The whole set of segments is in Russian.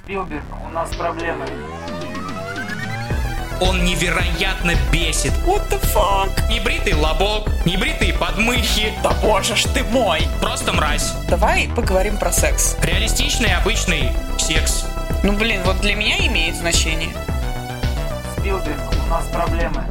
Спилберг, у нас проблемы. Он невероятно бесит. What the fuck? Небритый лобок, небритые подмыхи. Да боже ж ты мой! Просто мразь. Давай поговорим про секс. Реалистичный обычный секс. Ну блин, вот для меня имеет значение. Спилберг, у нас проблемы.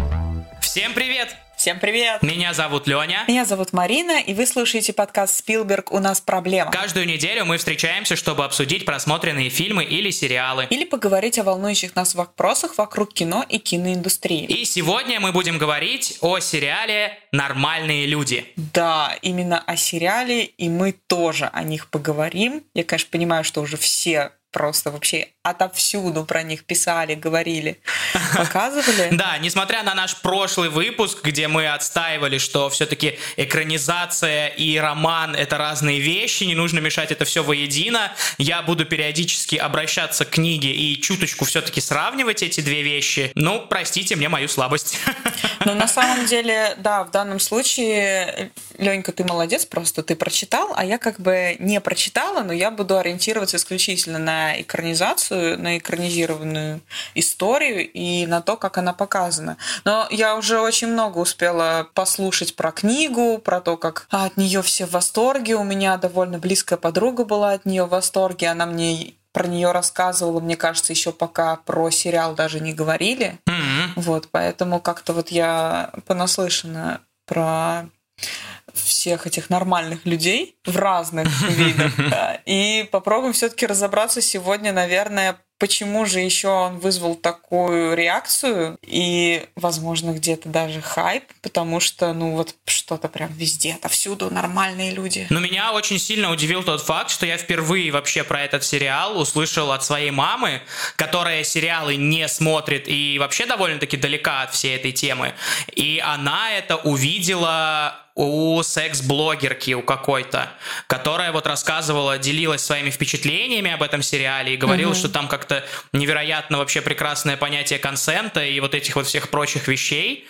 Всем привет! Всем привет! Меня зовут Леня. Меня зовут Марина, и вы слушаете подкаст «Спилберг. У нас проблема». Каждую неделю мы встречаемся, чтобы обсудить просмотренные фильмы или сериалы. Или поговорить о волнующих нас вопросах вокруг кино и киноиндустрии. И сегодня мы будем говорить о сериале «Нормальные люди». Да, именно о сериале, и мы тоже о них поговорим. Я, конечно, понимаю, что уже все просто вообще отовсюду про них писали, говорили, показывали. Да, несмотря на наш прошлый выпуск, где мы отстаивали, что все-таки экранизация и роман — это разные вещи, не нужно мешать это все воедино, я буду периодически обращаться к книге и чуточку все-таки сравнивать эти две вещи. Ну, простите мне мою слабость. Но на самом деле, да, в данном случае, Ленька, ты молодец, просто ты прочитал, а я как бы не прочитала, но я буду ориентироваться исключительно на экранизацию, на экранизированную историю и на то, как она показана. Но я уже очень много успела послушать про книгу, про то, как от нее все в восторге. У меня довольно близкая подруга была от нее в восторге, она мне про нее рассказывала, мне кажется, еще пока про сериал даже не говорили. Вот, поэтому как-то вот я понаслышана про всех этих нормальных людей в разных видах. И попробуем все-таки разобраться сегодня, наверное, почему же еще он вызвал такую реакцию и, возможно, где-то даже хайп, потому что, ну вот что-то прям везде, отовсюду нормальные люди. Но меня очень сильно удивил тот факт, что я впервые вообще про этот сериал услышал от своей мамы, которая сериалы не смотрит и вообще довольно-таки далека от всей этой темы. И она это увидела у секс-блогерки у какой-то, которая вот рассказывала, делилась своими впечатлениями об этом сериале и говорила, что там как-то невероятно вообще прекрасное понятие консента и вот этих вот всех прочих вещей,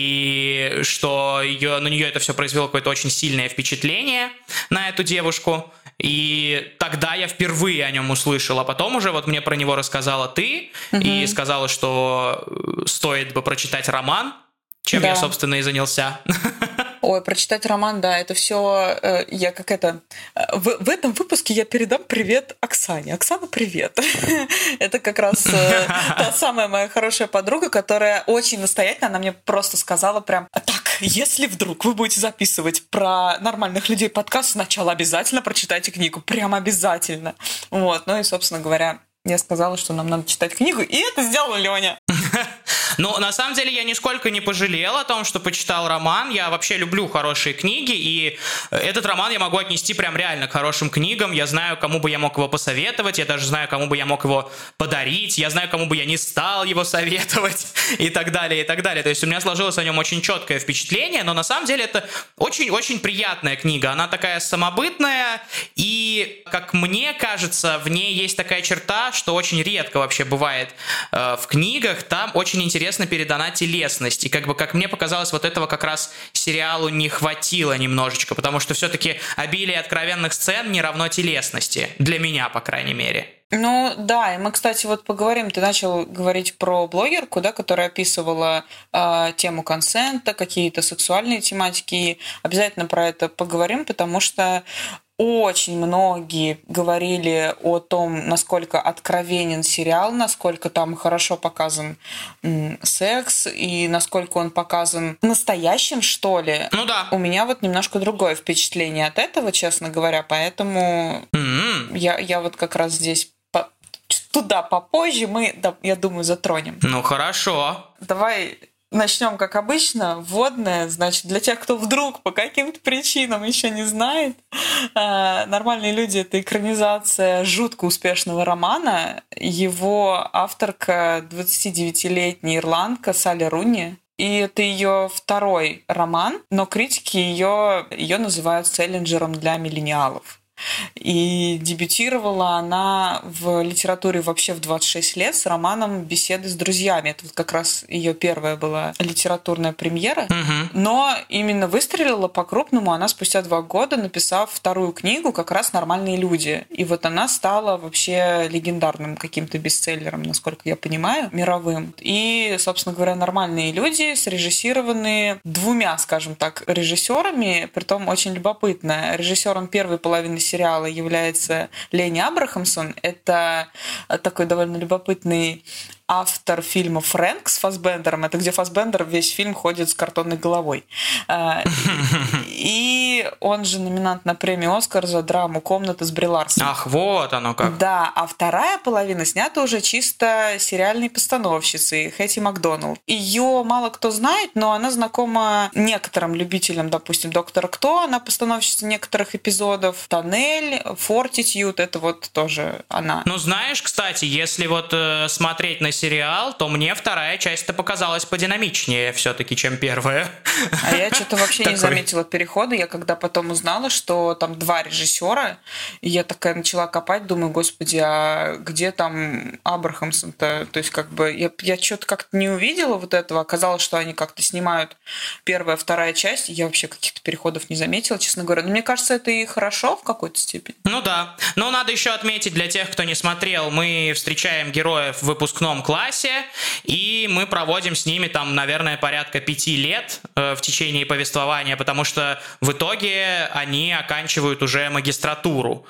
и что на нее это все произвело какое-то очень сильное впечатление на эту девушку. И тогда я впервые о нем услышал, а потом уже вот мне про него рассказала ты и сказала, что стоит бы прочитать роман, чем я, собственно, и занялся. Ой, прочитать роман, да, это все. Я как это. В этом выпуске я передам привет Оксане. Оксана, привет. Это как раз та самая моя хорошая подруга, которая очень настоятельно, она мне просто сказала прям: так, если вдруг вы будете записывать про нормальных людей подкаст, сначала обязательно прочитайте книгу. Прям обязательно. Вот. Ну и, собственно говоря, я сказала, что нам надо читать книгу, и это сделала Леня. Ну, на самом деле, я нисколько не пожалел о том, что почитал роман. Я вообще люблю хорошие книги, и этот роман я могу отнести прям реально к хорошим книгам. Я знаю, кому бы я мог его посоветовать, я даже знаю, кому бы я мог его подарить, я знаю, кому бы я не стал его советовать, и так далее, и так далее. То есть у меня сложилось о нем очень четкое впечатление, но на самом деле это очень-очень приятная книга. Она такая самобытная, и, как мне кажется, в ней есть такая черта, что очень редко вообще бывает в книгах. Там очень интересно передана телесность. И как мне показалось, вот этого как раз сериалу не хватило немножечко, потому что все-таки обилие откровенных сцен не равно телесности. Для меня, по крайней мере. Ну да, и мы, кстати, вот поговорим. Ты начал говорить про блогерку, да, которая описывала тему консента, какие-то сексуальные тематики. И обязательно про это поговорим, потому что очень многие говорили о том, насколько откровенен сериал, насколько там хорошо показан секс и насколько он показан настоящим, что ли. Ну да. У меня вот немножко другое впечатление от этого, честно говоря, поэтому я вот как раз здесь туда попозже мы, я думаю, затронем. Ну хорошо. Давай начнем, как обычно, вводное. Значит, для тех, кто вдруг по каким-то причинам еще не знает, «Нормальные люди» — это экранизация жутко успешного романа. Его авторка 29-летняя ирландка Салли Руни. И это ее второй роман, но критики ее называют селлинджером для миллениалов. И дебютировала она в литературе вообще в 26 лет с романом «Беседы с друзьями». Это вот как раз ее первая была литературная премьера. Но именно выстрелила по-крупному она спустя 2 года, написав вторую книгу как раз «Нормальные люди». И вот она стала вообще легендарным каким-то бестселлером, насколько я понимаю, мировым. И, собственно говоря, «Нормальные люди» срежиссированы 2, скажем так, режиссерами, притом очень любопытно. Режиссером первой половины сериала является Ленни Абрахамсон. Это такой довольно любопытный автор фильма «Фрэнк» с Фассбендером. Это где Фассбендер весь фильм ходит с картонной головой. И он же номинант на премию «Оскар» за драму «Комната» с Бри Ларсон. Ах, вот оно как. Да, а вторая половина снята уже чисто сериальной постановщицей Хэти Макдоналд. Ее мало кто знает, но она знакома некоторым любителям, допустим, «Доктора Кто». Она постановщица некоторых эпизодов. «Тоннель», «Фортитьюд» — это вот тоже она. Ну, знаешь, кстати, если вот смотреть на сериал, то мне вторая часть-то показалась подинамичнее все-таки, чем первая. А я что-то вообще не заметила перехода. Я когда потом узнала, что там 2 режиссера, и я такая начала копать, думаю, господи, а где там Абрахамсон-то? То есть как бы я что-то как-то не увидела вот этого. Оказалось, что они как-то снимают первая, вторая часть. Я вообще каких-то переходов не заметила, честно говоря. Но мне кажется, это и хорошо в какой-то степени. Ну да. Но надо еще отметить для тех, кто не смотрел, мы встречаем героев в выпускном классе, и мы проводим с ними там, наверное, порядка 5 лет в течение повествования, потому что в итоге они оканчивают уже магистратуру,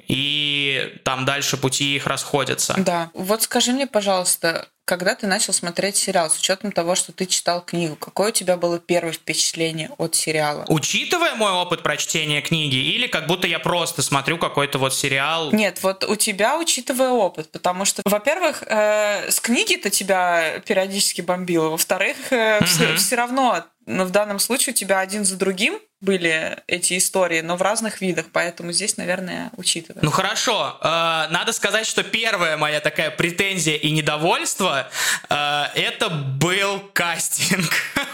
и там дальше пути их расходятся. Да. Вот скажи мне, пожалуйста, когда ты начал смотреть сериал, с учетом того, что ты читал книгу, какое у тебя было первое впечатление от сериала? Учитывая мой опыт прочтения книги, или как будто я просто смотрю какой-то вот сериал? Нет, вот у тебя, учитывая опыт, потому что, во-первых, с книги-то тебя периодически бомбило, во-вторых, все равно, в данном случае у тебя один за другим были эти истории, но в разных видах, поэтому здесь, наверное, учитывая. Ну хорошо, надо сказать, что первая моя такая претензия и недовольство это был кастинг.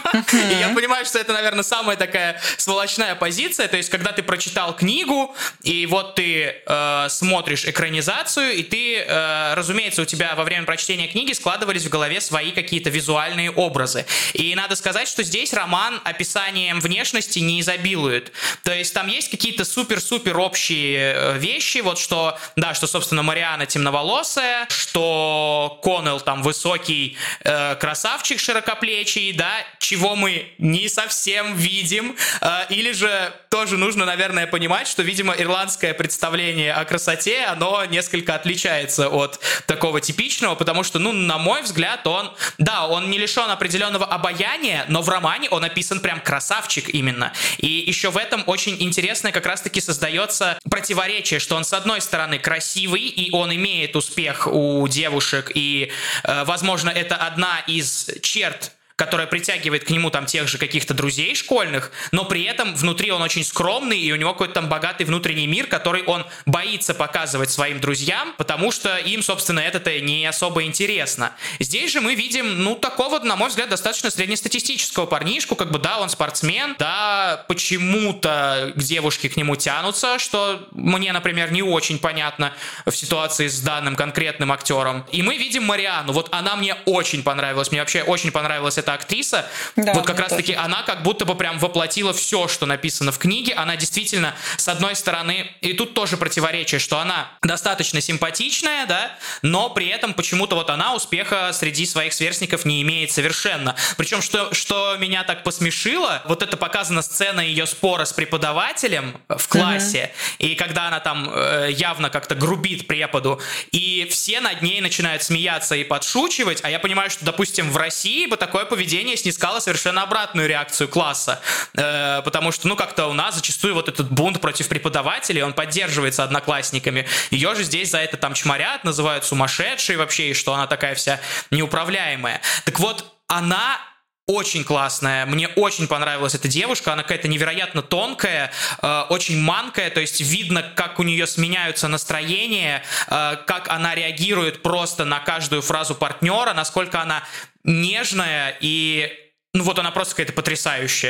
И я понимаю, что это, наверное, самая такая сволочная позиция, то есть когда ты прочитал книгу, и вот ты смотришь экранизацию, и ты, разумеется, у тебя во время прочтения книги складывались в голове свои какие-то визуальные образы. И надо сказать, что здесь роман описанием внешности не изобилует. То есть там есть какие-то супер-супер общие вещи, вот что, да, что, собственно, Марианна темноволосая, что Коннелл там высокий красавчик широкоплечий, да, чего мы не совсем видим, или же тоже нужно, наверное, понимать, что, видимо, ирландское представление о красоте, оно несколько отличается от такого типичного, потому что, ну, на мой взгляд, он не лишен определенного обаяния, но в романе он описан прям красавчик именно. И еще в этом очень интересное как раз-таки создается противоречие, что он, с одной стороны, красивый, и он имеет успех у девушек, и, возможно, это одна из черт, которая притягивает к нему там тех же каких-то друзей школьных, но при этом внутри он очень скромный, и у него какой-то там богатый внутренний мир, который он боится показывать своим друзьям, потому что им, собственно, это-то не особо интересно. Здесь же мы видим, ну, такого, на мой взгляд, достаточно среднестатистического парнишку, как бы, да, он спортсмен, да, почему-то девушки к нему тянутся, что мне, например, не очень понятно в ситуации с данным конкретным актером. И мы видим Марианну, вот она мне очень понравилась, мне вообще очень понравилась эта актриса, да, вот как раз-таки она как будто бы прям воплотила все, что написано в книге. Она действительно, с одной стороны, и тут тоже противоречие, что она достаточно симпатичная, да, но при этом почему-то вот она успеха среди своих сверстников не имеет совершенно. Причем, что меня так посмешило, вот это показана сцена ее спора с преподавателем в классе, и когда она там явно как-то грубит преподу, и все над ней начинают смеяться и подшучивать, а я понимаю, что, допустим, в России бы такое поведение снискало совершенно обратную реакцию класса, потому что, ну, как-то у нас зачастую вот этот бунт против преподавателей, он поддерживается одноклассниками. Ее же здесь за это там чморят, называют сумасшедшей вообще, и что она такая вся неуправляемая. Так вот, она очень классная, мне очень понравилась эта девушка, она какая-то невероятно тонкая, очень манкая, то есть видно, как у нее сменяются настроения, как она реагирует просто на каждую фразу партнера, насколько она нежная, и ну вот она просто какая-то потрясающая.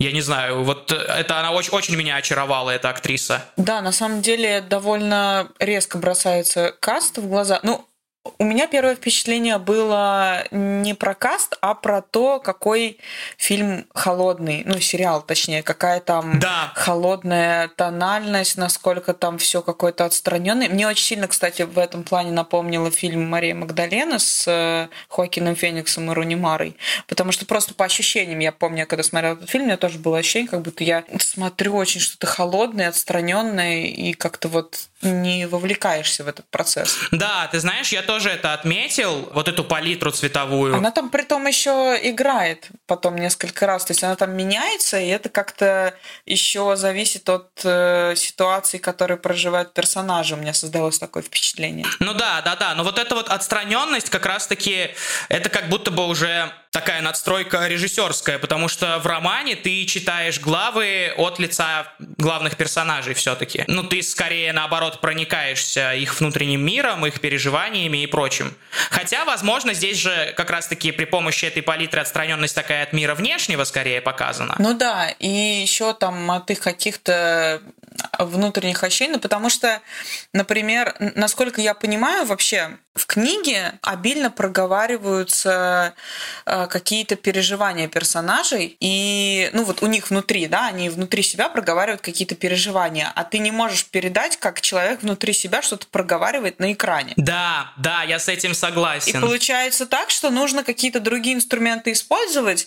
Я не знаю, вот это она очень, очень меня очаровала, эта актриса. Да, на самом деле довольно резко бросается каст в глаза. Ну, у меня первое впечатление было не про каст, а про то, какой фильм холодный, ну, сериал, точнее, какая там холодная тональность, насколько там все какое-то отстраненное. Мне очень сильно, кстати, в этом плане напомнило фильм «Мария Магдалена» с Хоакином Фениксом и Руни Марой, потому что просто по ощущениям, я помню, когда смотрела этот фильм, у меня тоже было ощущение, как будто я смотрю очень что-то холодное, отстраненное, и как-то вот не вовлекаешься в этот процесс. Да, ты знаешь, я тоже это отметил, вот эту палитру цветовую. Она там притом еще играет потом несколько раз, то есть она там меняется, и это как-то еще зависит от ситуации, которые проживают персонажи. У меня создалось такое впечатление. Ну да, но вот эта вот отстраненность как раз-таки, это как будто бы уже такая надстройка режиссерская, потому что в романе ты читаешь главы от лица главных персонажей все-таки. Ну, ты скорее, наоборот, проникаешься их внутренним миром, их переживаниями и прочим. Хотя, возможно, здесь же как раз-таки при помощи этой палитры отстраненность такая от мира внешнего скорее показана. Ну да, и еще там от их каких-то внутренних ощущений, потому что, например, насколько я понимаю, вообще в книге обильно проговариваются какие-то переживания персонажей, и, ну вот у них внутри, да, они внутри себя проговаривают какие-то переживания, а ты не можешь передать, как человек внутри себя что-то проговаривает на экране. Да, я с этим согласен. И получается так, что нужно какие-то другие инструменты использовать,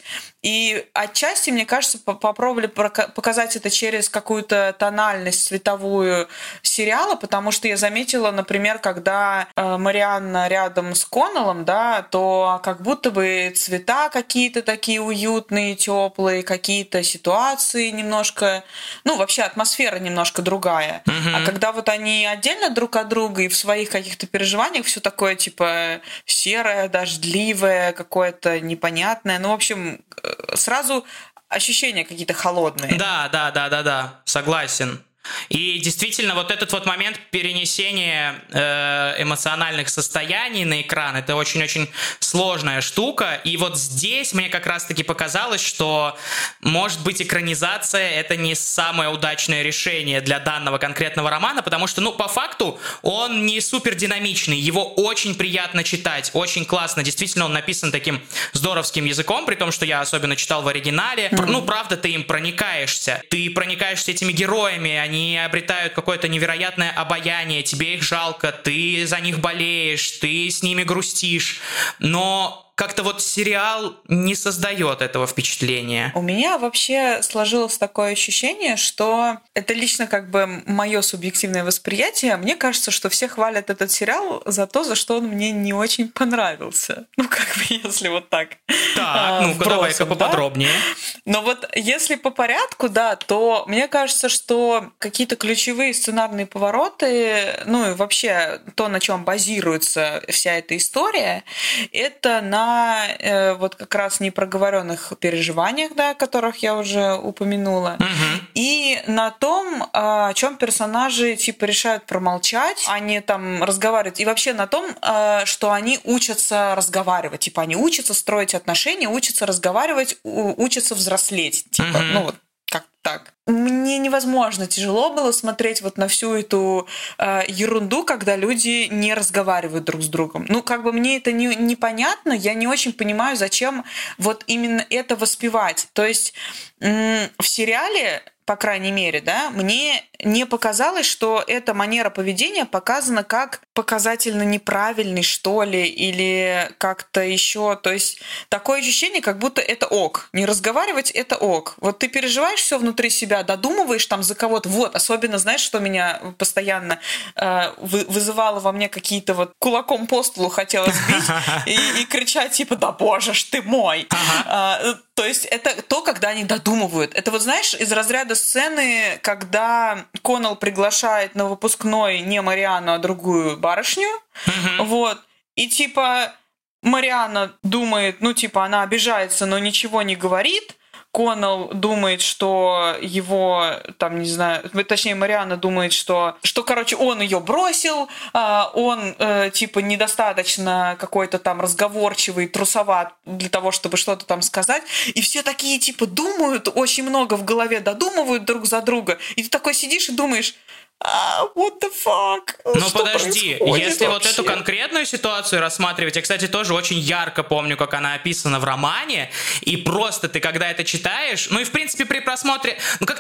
и отчасти, мне кажется, попробовали показать это через какую-то тональность цветовую сериала, потому что я заметила, например, когда Марианна рядом с Коннеллом, да, то как будто бы цвета какие-то такие уютные, теплые, какие-то ситуации немножко, ну, вообще атмосфера немножко другая. А когда вот они отдельно друг от друга и в своих каких-то переживаниях все такое, типа, серое, дождливое, какое-то непонятное, ну, в общем, сразу ощущения какие-то холодные. Да, согласен. И действительно, вот этот вот момент перенесения эмоциональных состояний на экран, это очень-очень сложная штука. И вот здесь мне как раз-таки показалось, что, может быть, экранизация — это не самое удачное решение для данного конкретного романа, потому что, ну, по факту, он не супер динамичный, его очень приятно читать, очень классно. Действительно, он написан таким здоровским языком, при том, что я особенно читал в оригинале. Ну, правда, ты им проникаешься. Ты проникаешься этими героями, они обретают какое-то невероятное обаяние, тебе их жалко, ты за них болеешь, ты с ними грустишь, но как-то вот сериал не создает этого впечатления. У меня вообще сложилось такое ощущение, что это лично как бы мое субъективное восприятие. Мне кажется, что все хвалят этот сериал за то, за что он мне не очень понравился. Ну, как бы, если вот так. Так, ну-ка, давай-ка поподробнее. Да? Но вот если по порядку, да, то мне кажется, что какие-то ключевые сценарные повороты, ну и вообще то, на чем базируется вся эта история, это на вот как раз непроговоренных переживаниях, да, о которых я уже упомянула, и на том, о чем персонажи типа решают промолчать, они там разговаривают, и вообще на том, что они учатся разговаривать, типа они учатся строить отношения, учатся разговаривать, учатся взрослеть, типа, ну вот как так. Мне невозможно тяжело было смотреть вот на всю эту ерунду, когда люди не разговаривают друг с другом. Ну, как бы мне это непонятно, я не очень понимаю, зачем вот именно это воспевать. То есть в сериале, по крайней мере, да, мне не показалось, что эта манера поведения показана как показательно неправильный, что ли, или как-то еще. То есть такое ощущение, как будто это ок. Не разговаривать — это ок. Вот ты переживаешь все внутри себя, додумываешь там за кого-то. Вот, особенно, знаешь, что меня постоянно вызывало во мне какие-то вот кулаком по столу хотелось бить и кричать типа «Да боже ж ты мой!». То есть это то, когда они додумывают. Это вот, знаешь, из разряда сцены, когда Коннелл приглашает на выпускной не Марианну, а другую барышню, вот, и типа Марианна думает, ну типа она обижается, но ничего не говорит, Коннелл думает, что его, там, не знаю, точнее, Марианна думает, что, короче, он ее бросил, он, типа, недостаточно какой-то там разговорчивый, трусоват для того, чтобы что-то там сказать. И все такие, типа, думают, очень много в голове додумывают друг за друга. И ты такой сидишь и думаешь... what the fuck? Ну подожди, если вообще? вот эту конкретную ситуацию рассматривать, я, кстати, тоже очень ярко помню, как она описана в романе, и просто ты, когда это читаешь, ну и в принципе при просмотре,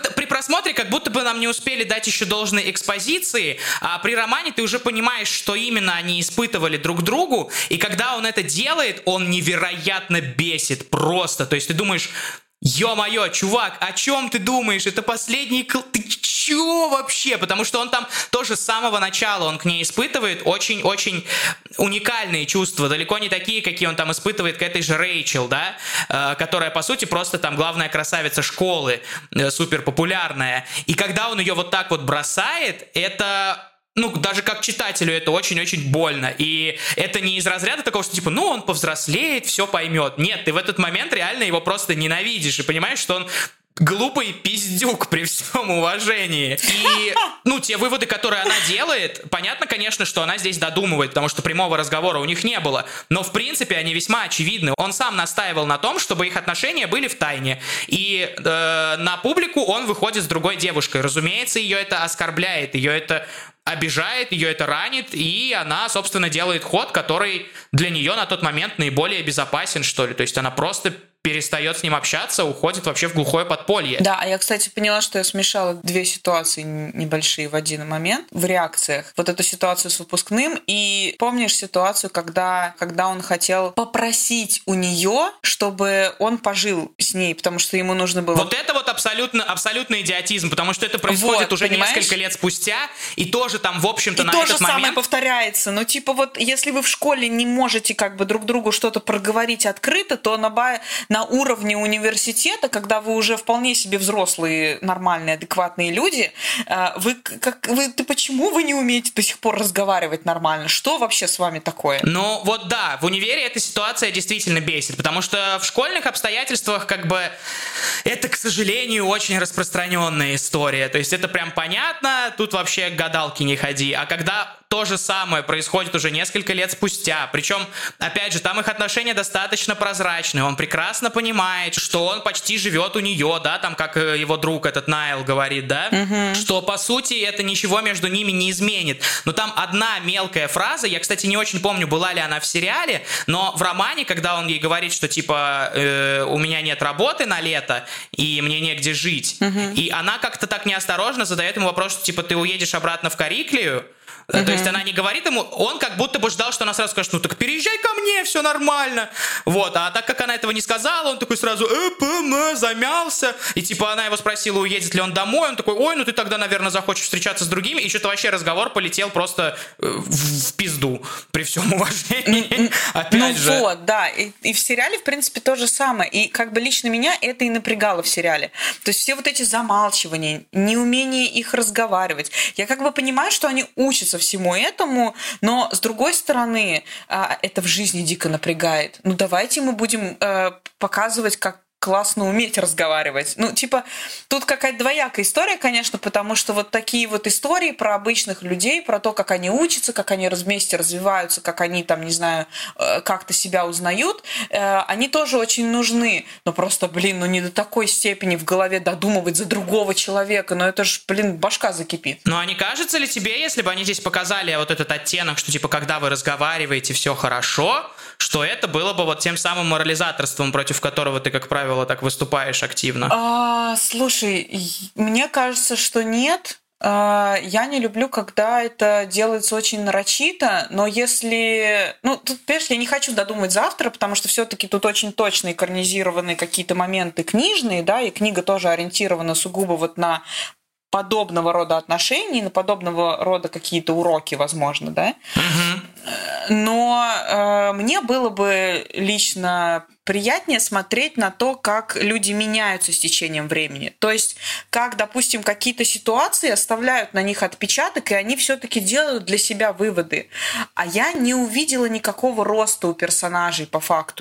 как будто бы нам не успели дать еще должной экспозиции, а при романе ты уже понимаешь, что именно они испытывали друг другу, и когда он это делает, он невероятно бесит просто, то есть ты думаешь... Ё-моё, чувак, о чем ты думаешь? Это последний... Ты чё вообще? Потому что он там тоже с самого начала, он к ней испытывает очень-очень уникальные чувства, далеко не такие, какие он там испытывает к этой же Рэйчел, да, которая, по сути, просто там главная красавица школы, супер популярная. И когда он ее вот так вот бросает, это... Ну, даже как читателю это очень-очень больно. И это не из разряда такого, что типа, ну, он повзрослеет, все поймет. Нет, ты в этот момент реально его просто ненавидишь и понимаешь, что он глупый пиздюк при всем уважении. И, ну, те выводы, которые она делает, понятно, конечно, что она здесь додумывает, потому что прямого разговора у них не было. Но, в принципе, они весьма очевидны. Он сам настаивал на том, чтобы их отношения были в тайне. И на публику он выходит с другой девушкой. Разумеется, ее это оскорбляет, ее это... обижает, ее это ранит, и она, собственно, делает ход, который для нее на тот момент наиболее безопасен, что ли. То есть она просто перестает с ним общаться, уходит вообще в глухое подполье. Да, а я, кстати, поняла, что я смешала две ситуации небольшие в один момент в реакциях. Вот эту ситуацию с выпускным и помнишь ситуацию, когда он хотел попросить у нее, чтобы он пожил с ней, потому что ему нужно было... Вот это вот абсолютно идиотизм, потому что это происходит вот, уже понимаешь? Несколько лет спустя, и тоже там, в общем-то, и на то этот же самое момент... повторяется. Ну, типа вот, если вы в школе не можете как бы друг другу что-то проговорить открыто, то на уровне университета, когда вы уже вполне себе взрослые, нормальные, адекватные люди, почему вы не умеете до сих пор разговаривать нормально? Что вообще с вами такое? Ну, вот да, в универе эта ситуация действительно бесит, потому что в школьных обстоятельствах как бы это, к сожалению, очень распространенная история. То есть это прям понятно, тут вообще к гадалке не ходи. А когда то же самое происходит уже несколько лет спустя, причем, опять же, там их отношения достаточно прозрачные, он прекрасно понимает, что он почти живет у нее, да, там, как его друг этот Найл говорит, да, что, по сути, это ничего между ними не изменит. Но там одна мелкая фраза, я, кстати, не очень помню, была ли она в сериале, но в романе, когда он ей говорит, что, типа, у меня нет работы на лето, и мне негде жить, и она как-то так неосторожно задает ему вопрос, что, типа, ты уедешь обратно в Кариклию. То есть она не говорит ему, он как будто бы ждал, что она сразу скажет, ну так переезжай ко мне, все нормально. Вот, а так как она этого не сказала, он такой сразу замялся. И типа она его спросила, уедет ли он домой, он такой, ой, ну ты тогда, наверное, захочешь встречаться с другими. И что-то вообще разговор полетел просто в пизду, при всем уважении. Опять же. Ну вот, да, и в сериале, в принципе, то же самое. И как бы лично меня это и напрягало в сериале. То есть все вот эти замалчивания, неумение их разговаривать. Я как бы понимаю, что они учатся всему этому, но с другой стороны, это в жизни дико напрягает. Ну давайте мы будем показывать, как классно уметь разговаривать. Ну, типа, тут какая-то двоякая история, конечно, потому что вот такие вот истории про обычных людей, про то, как они учатся, как они вместе развиваются, как они там, не знаю, как-то себя узнают, они тоже очень нужны. Но просто, блин, ну не до такой степени в голове додумывать за другого человека. Ну это ж, блин, башка закипит. Ну а не кажется ли тебе, если бы они здесь показали вот этот оттенок, что типа, когда вы разговариваете, все хорошо, что это было бы вот тем самым морализаторством, против которого ты, как правило, так выступаешь активно? Слушай, мне кажется, что нет. Я не люблю, когда это делается очень нарочито, но если... Ну, тут, понимаешь, я не хочу додумать за автора, потому что все-таки тут очень точно экранизированы какие-то моменты книжные, да, и книга тоже ориентирована сугубо вот на подобного рода отношений, на подобного рода какие-то уроки, возможно, да. Но мне было бы лично приятнее смотреть на то, как люди меняются с течением времени. То есть, как, допустим, какие-то ситуации оставляют на них отпечаток, и они все-таки делают для себя выводы. А я не увидела никакого роста у персонажей по факту.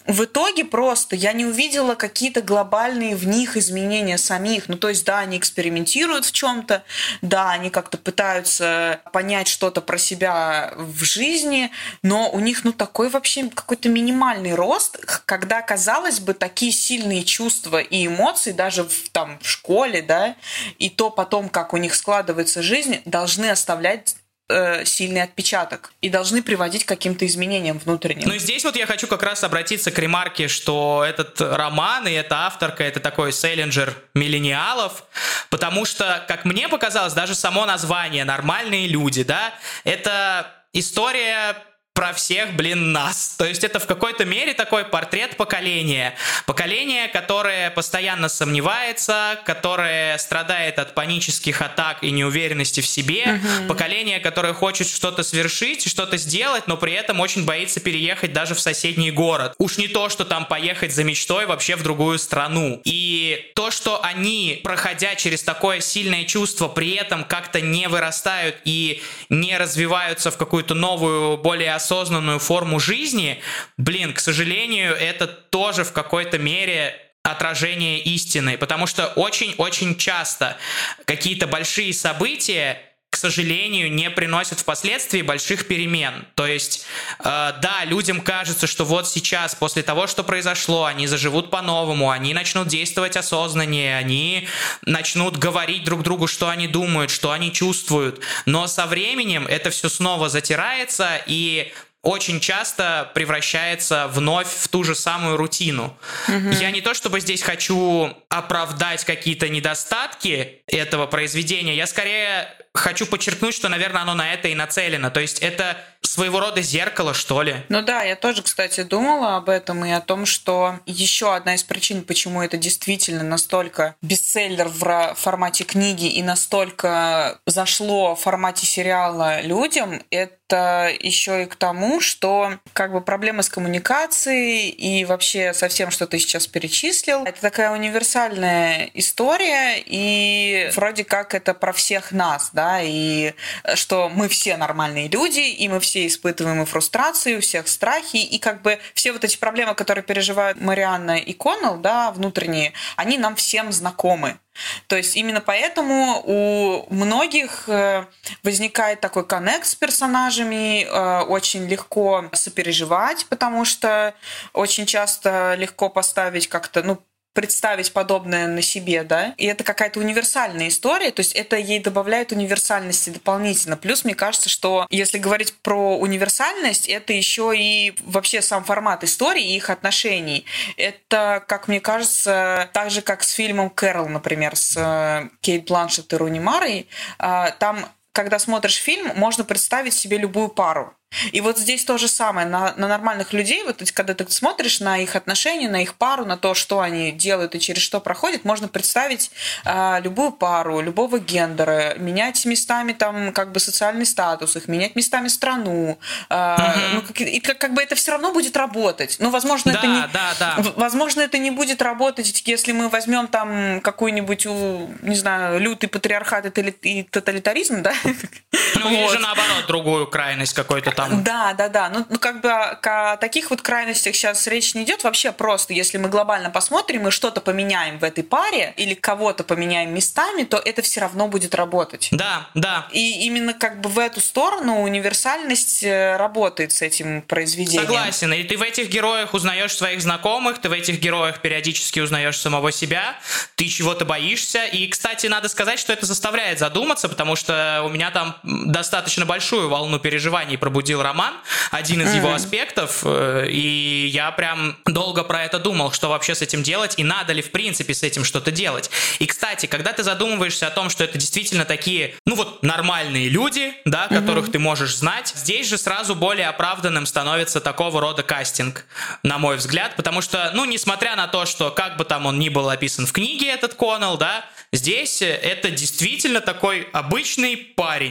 в итоге просто я не увидела какие-то глобальные в них изменения самих. Ну, то есть, да, они экспериментируют в чем-то, да, они как-то пытаются понять что-то про себя в жизни, но у них, ну, такой вообще какой-то минимальный рост, когда, казалось бы, такие сильные чувства и эмоции даже в школе, да, и то потом, как у них складывается жизнь, должны оставлять сильный отпечаток и должны приводить к каким-то изменениям внутренним. Ну и здесь вот я хочу как раз обратиться к ремарке, что этот роман и эта авторка — это такой селлинджер миллениалов, потому что, как мне показалось, даже само название «Нормальные люди», да, это история про всех, нас. То есть это в какой-то мере такой портрет поколения. Поколение, которое постоянно сомневается, которое страдает от панических атак и неуверенности в себе. Поколение, которое хочет что-то совершить, что-то сделать, но при этом очень боится переехать даже в соседний город. Уж не то, что там поехать за мечтой вообще в другую страну. И то, что они, проходя через такое сильное чувство, при этом как-то не вырастают и не развиваются в какую-то новую, более осознанную форму жизни, к сожалению, это тоже в какой-то мере отражение истины, потому что очень-очень часто какие-то большие события, к сожалению, не приносят впоследствии больших перемен. То есть, да, людям кажется, что вот сейчас, после того, что произошло, они заживут по-новому, они начнут действовать осознаннее, они начнут говорить друг другу, что они думают, что они чувствуют. Но со временем это все снова затирается и очень часто превращается вновь в ту же самую рутину. Я не то чтобы здесь хочу оправдать какие-то недостатки этого произведения, я скорее хочу подчеркнуть, что, наверное, оно на это и нацелено. То есть это своего рода зеркало, что ли. Ну да, я тоже, кстати, думала об этом и о том, что еще одна из причин, почему это действительно настолько бестселлер в формате книги и настолько зашло в формате сериала людям, это еще и к тому, что проблемы с коммуникацией и вообще со всем, что ты сейчас перечислил, это такая универсальная история, и вроде как это про всех нас, да, и что мы все нормальные люди, и мы все испытываем и фрустрацию, у всех страхи, и все вот эти проблемы, которые переживают Марианна и Коннелл, да, внутренние, они нам всем знакомы. То есть именно поэтому у многих возникает такой коннект с персонажами, очень легко сопереживать, потому что очень часто легко поставить как-то, представить подобное на себе, да, и это какая-то универсальная история, то есть это ей добавляет универсальности дополнительно. Плюс мне кажется, что если говорить про универсальность, это еще и вообще сам формат истории и их отношений. Это, как мне кажется, так же, как с фильмом «Кэрол», например, с Кейт Бланшетт и Руни Марой, там, когда смотришь фильм, можно представить себе любую пару. И вот здесь то же самое. На нормальных людей, вот когда ты смотришь на их отношения, на их пару, на то, что они делают и через что проходят, можно представить любую пару, любого гендера, менять местами социальный статус, их менять местами страну. И это все равно будет работать. Возможно, возможно, это не будет работать, если мы возьмем какой-нибудь, не знаю, лютый патриархат и тоталитаризм, да? Или же наоборот, другую крайность какой-то там. Да. О таких вот крайностях сейчас речь не идет. Вообще просто, если мы глобально посмотрим и что-то поменяем в этой паре или кого-то поменяем местами, то это все равно будет работать. Да. И именно в эту сторону универсальность работает с этим произведением. Согласен. И ты в этих героях узнаешь своих знакомых, ты в этих героях периодически узнаешь самого себя, ты чего-то боишься. И, кстати, надо сказать, что это заставляет задуматься, потому что у меня там достаточно большую волну переживаний пробудил роман, один из его аспектов, и я прям долго про это думал, что вообще с этим делать, и надо ли в принципе с этим что-то делать. И, кстати, когда ты задумываешься о том, что это действительно такие, нормальные люди, да, которых ты можешь знать, здесь же сразу более оправданным становится такого рода кастинг, на мой взгляд, потому что, несмотря на то, что как бы там он ни был описан в книге, этот Коннелл, да, здесь это действительно такой обычный парень,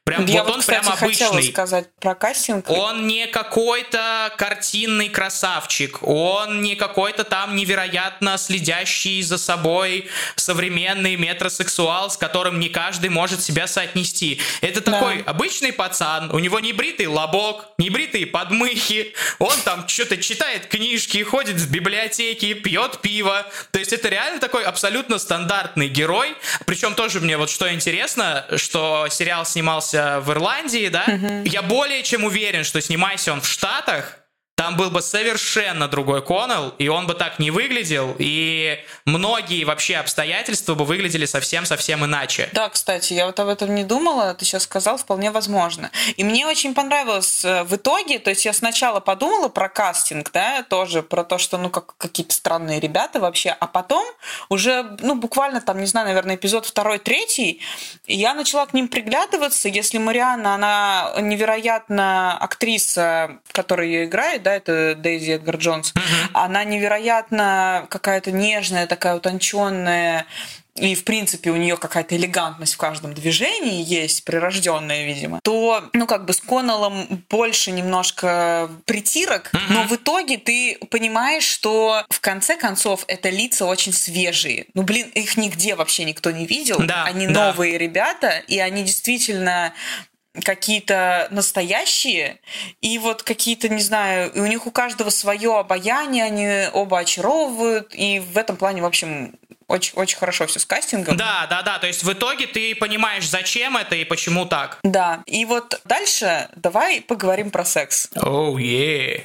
Прям Я вот он кстати, прям хотела обычный. сказать про кастинг. Он не какой-то картинный красавчик, он не какой-то там невероятно следящий за собой современный метросексуал, с которым не каждый может себя соотнести. Это такой обычный пацан, у него не бритый лобок, не бритые подмыхи, он там что-то читает книжки, ходит в библиотеки, пьет пиво. То есть это реально такой абсолютно стандартный герой. Причем тоже мне вот что интересно, что сериал снимался в Ирландии, да? Я более чем уверен, что снимайся он в Штатах, там был бы совершенно другой Коннелл, и он бы так не выглядел, и многие вообще обстоятельства бы выглядели совсем-совсем иначе. Да, кстати, я вот об этом не думала, ты сейчас сказал, вполне возможно. И мне очень понравилось в итоге, то есть я сначала подумала про кастинг, да, тоже про то, что, ну, какие-то странные ребята вообще, а потом уже, ну, буквально там, не знаю, наверное, эпизод 2-3, и я начала к ним приглядываться. Если Марианна, она невероятно актриса, которая ее играет, да, это Дейзи Эдгар Джонс, она невероятно какая-то нежная, такая утонченная, и, в принципе, у нее какая-то элегантность в каждом движении есть, прирожденная, видимо, то, ну, как бы с Коннеллом больше немножко притирок, но в итоге ты понимаешь, что в конце концов это лица очень свежие. Ну, блин, их нигде вообще никто не видел. Да, они новые ребята, и они действительно какие-то настоящие, и вот какие-то, не знаю, и у них у каждого свое обаяние, они оба очаровывают, и в этом плане, в общем, очень хорошо все с кастингом. Да, то есть в итоге ты понимаешь, зачем это и почему так. Да, и вот дальше давай поговорим про секс. Оу, е.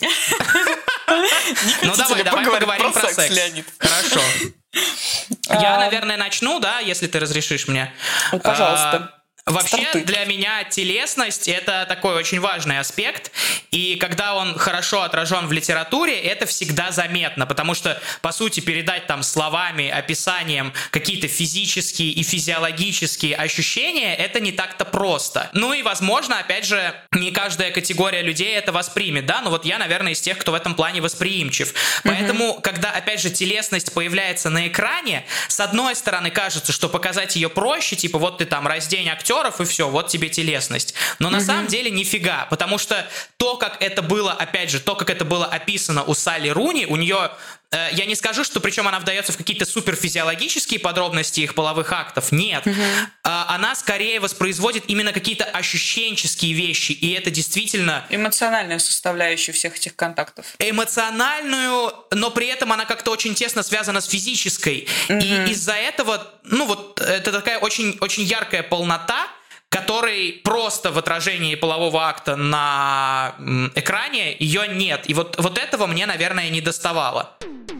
Ну давай поговорим про секс, Леонид. Хорошо. Я, наверное, начну, да, если ты разрешишь мне. Пожалуйста. Вообще, Стартуй. для меня телесность — это такой очень важный аспект, и когда он хорошо отражен в литературе, это всегда заметно, потому что, по сути, передать там словами, описанием какие-то физические и физиологические ощущения — это не так-то просто. Ну и, возможно, опять же, не каждая категория людей это воспримет, да, но вот я, наверное, из тех, кто в этом плане восприимчив. Поэтому, когда, опять же, телесность появляется на экране, с одной стороны, кажется, что показать ее проще, типа, вот ты там раздень актеров, и все, вот тебе телесность. Но на самом деле нифига, потому что то, как это было, опять же, то, как это было описано у Салли Руни, у нее, я не скажу, что причем она вдается в какие-то суперфизиологические подробности их половых актов, нет. Она скорее воспроизводит именно какие-то ощущенческие вещи, и это действительно... Эмоциональную составляющую всех этих контактов. Эмоциональную, но при этом она как-то очень тесно связана с физической. И из-за этого, ну вот, это такая очень, очень яркая полнота, которой просто в отражении полового акта на экране ее нет. И вот этого мне, наверное, не доставало.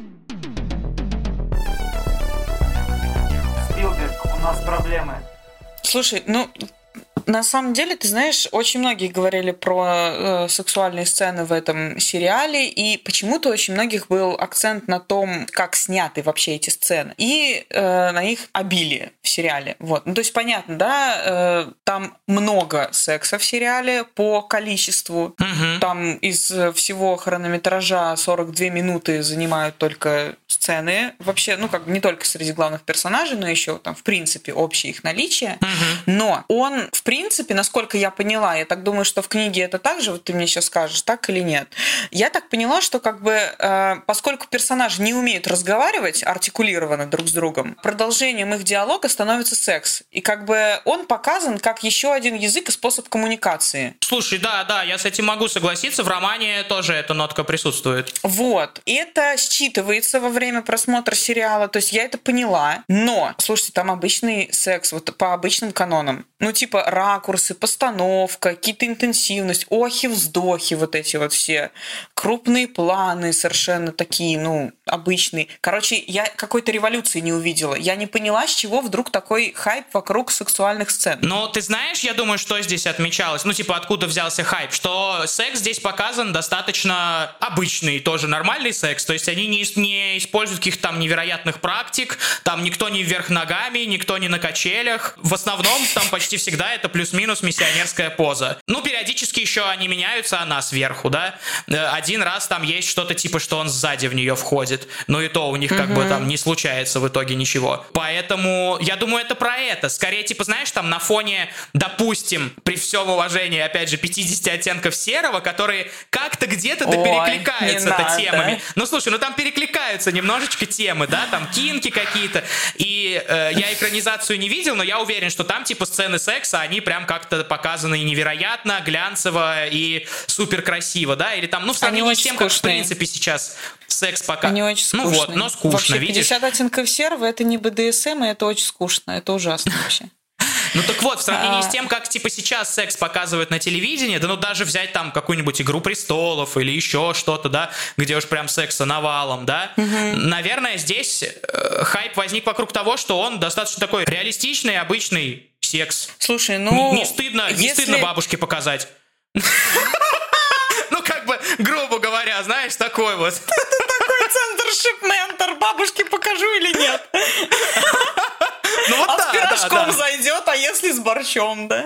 Спилберг, у нас проблемы. Слушай, ну, на самом деле, ты знаешь, очень многие говорили про сексуальные сцены в этом сериале, и почему-то очень многих был акцент на том, как сняты вообще эти сцены, и на их обилие в сериале. Вот. Ну, то есть, понятно, да, там много секса в сериале по количеству. Там из всего хронометража 42 минуты занимают только сцены. Вообще, ну, как бы не только среди главных персонажей, но еще там, в принципе, общее их наличие. Но он, в принципе, насколько я поняла, я так думаю, что в книге это так же, вот ты мне сейчас скажешь, так или нет. Я так поняла, что как бы, поскольку персонажи не умеют разговаривать артикулированно друг с другом, продолжением их диалога становится секс. И как бы он показан как еще один язык и способ коммуникации. Слушай, да, я с этим могу согласиться, в романе тоже эта нотка присутствует. Вот. И это считывается во время просмотра сериала, то есть я это поняла. Но, слушайте, там обычный секс, вот по обычным канонам. Ну, типа ракурсы, постановка, какие-то интенсивность, охи-вздохи, вот эти вот все. Крупные планы совершенно такие, ну, обычные. Короче, я какой-то революции не увидела. Я не поняла, с чего вдруг такой хайп вокруг сексуальных сцен. Но ты знаешь, я думаю, что здесь отмечалось? Ну, типа, откуда взялся хайп? Что секс здесь показан достаточно обычный, тоже нормальный секс. То есть они не используют каких-то там невероятных практик, там никто не вверх ногами, никто не на качелях. В основном там почти всегда это плюс-минус миссионерская поза. Ну, периодически еще они меняются, она сверху, да? Один один раз там есть что-то типа, что он сзади в нее входит. Но и то у них как бы там не случается в итоге ничего. Поэтому я думаю, это про это. Скорее, типа, знаешь, там на фоне, допустим, при всем уважении, опять же, 50 оттенков серого, которые как-то где-то перекликаются темами. Ну, слушай, ну там перекликаются немножечко темы, да, там кинки какие-то. И я экранизацию не видел, но я уверен, что там типа сцены секса, они прям как-то показаны невероятно, глянцево и супер красиво, да, или там, ну, в сравнении с тем, как в принципе сейчас секс пока. Они очень скучные. Ну вот, но скучно, вообще, видишь? 50 оттенков серого — это не БДСМ, и это очень скучно, это ужасно вообще. Ну так вот, в сравнении с тем, как типа сейчас секс показывают на телевидении, да ну даже взять там какую-нибудь «Игру престолов» или еще что-то, да, где уж прям секса навалом, да, наверное, здесь хайп возник вокруг того, что он достаточно такой реалистичный, обычный секс. Слушай, ну... Не стыдно бабушке показать. Ну как бы, грубо говоря, знаешь, такой вот. Такой центршип-ментор, бабушке покажу или нет? Ну, вот с пирожком зайдет, а если с борщом, да?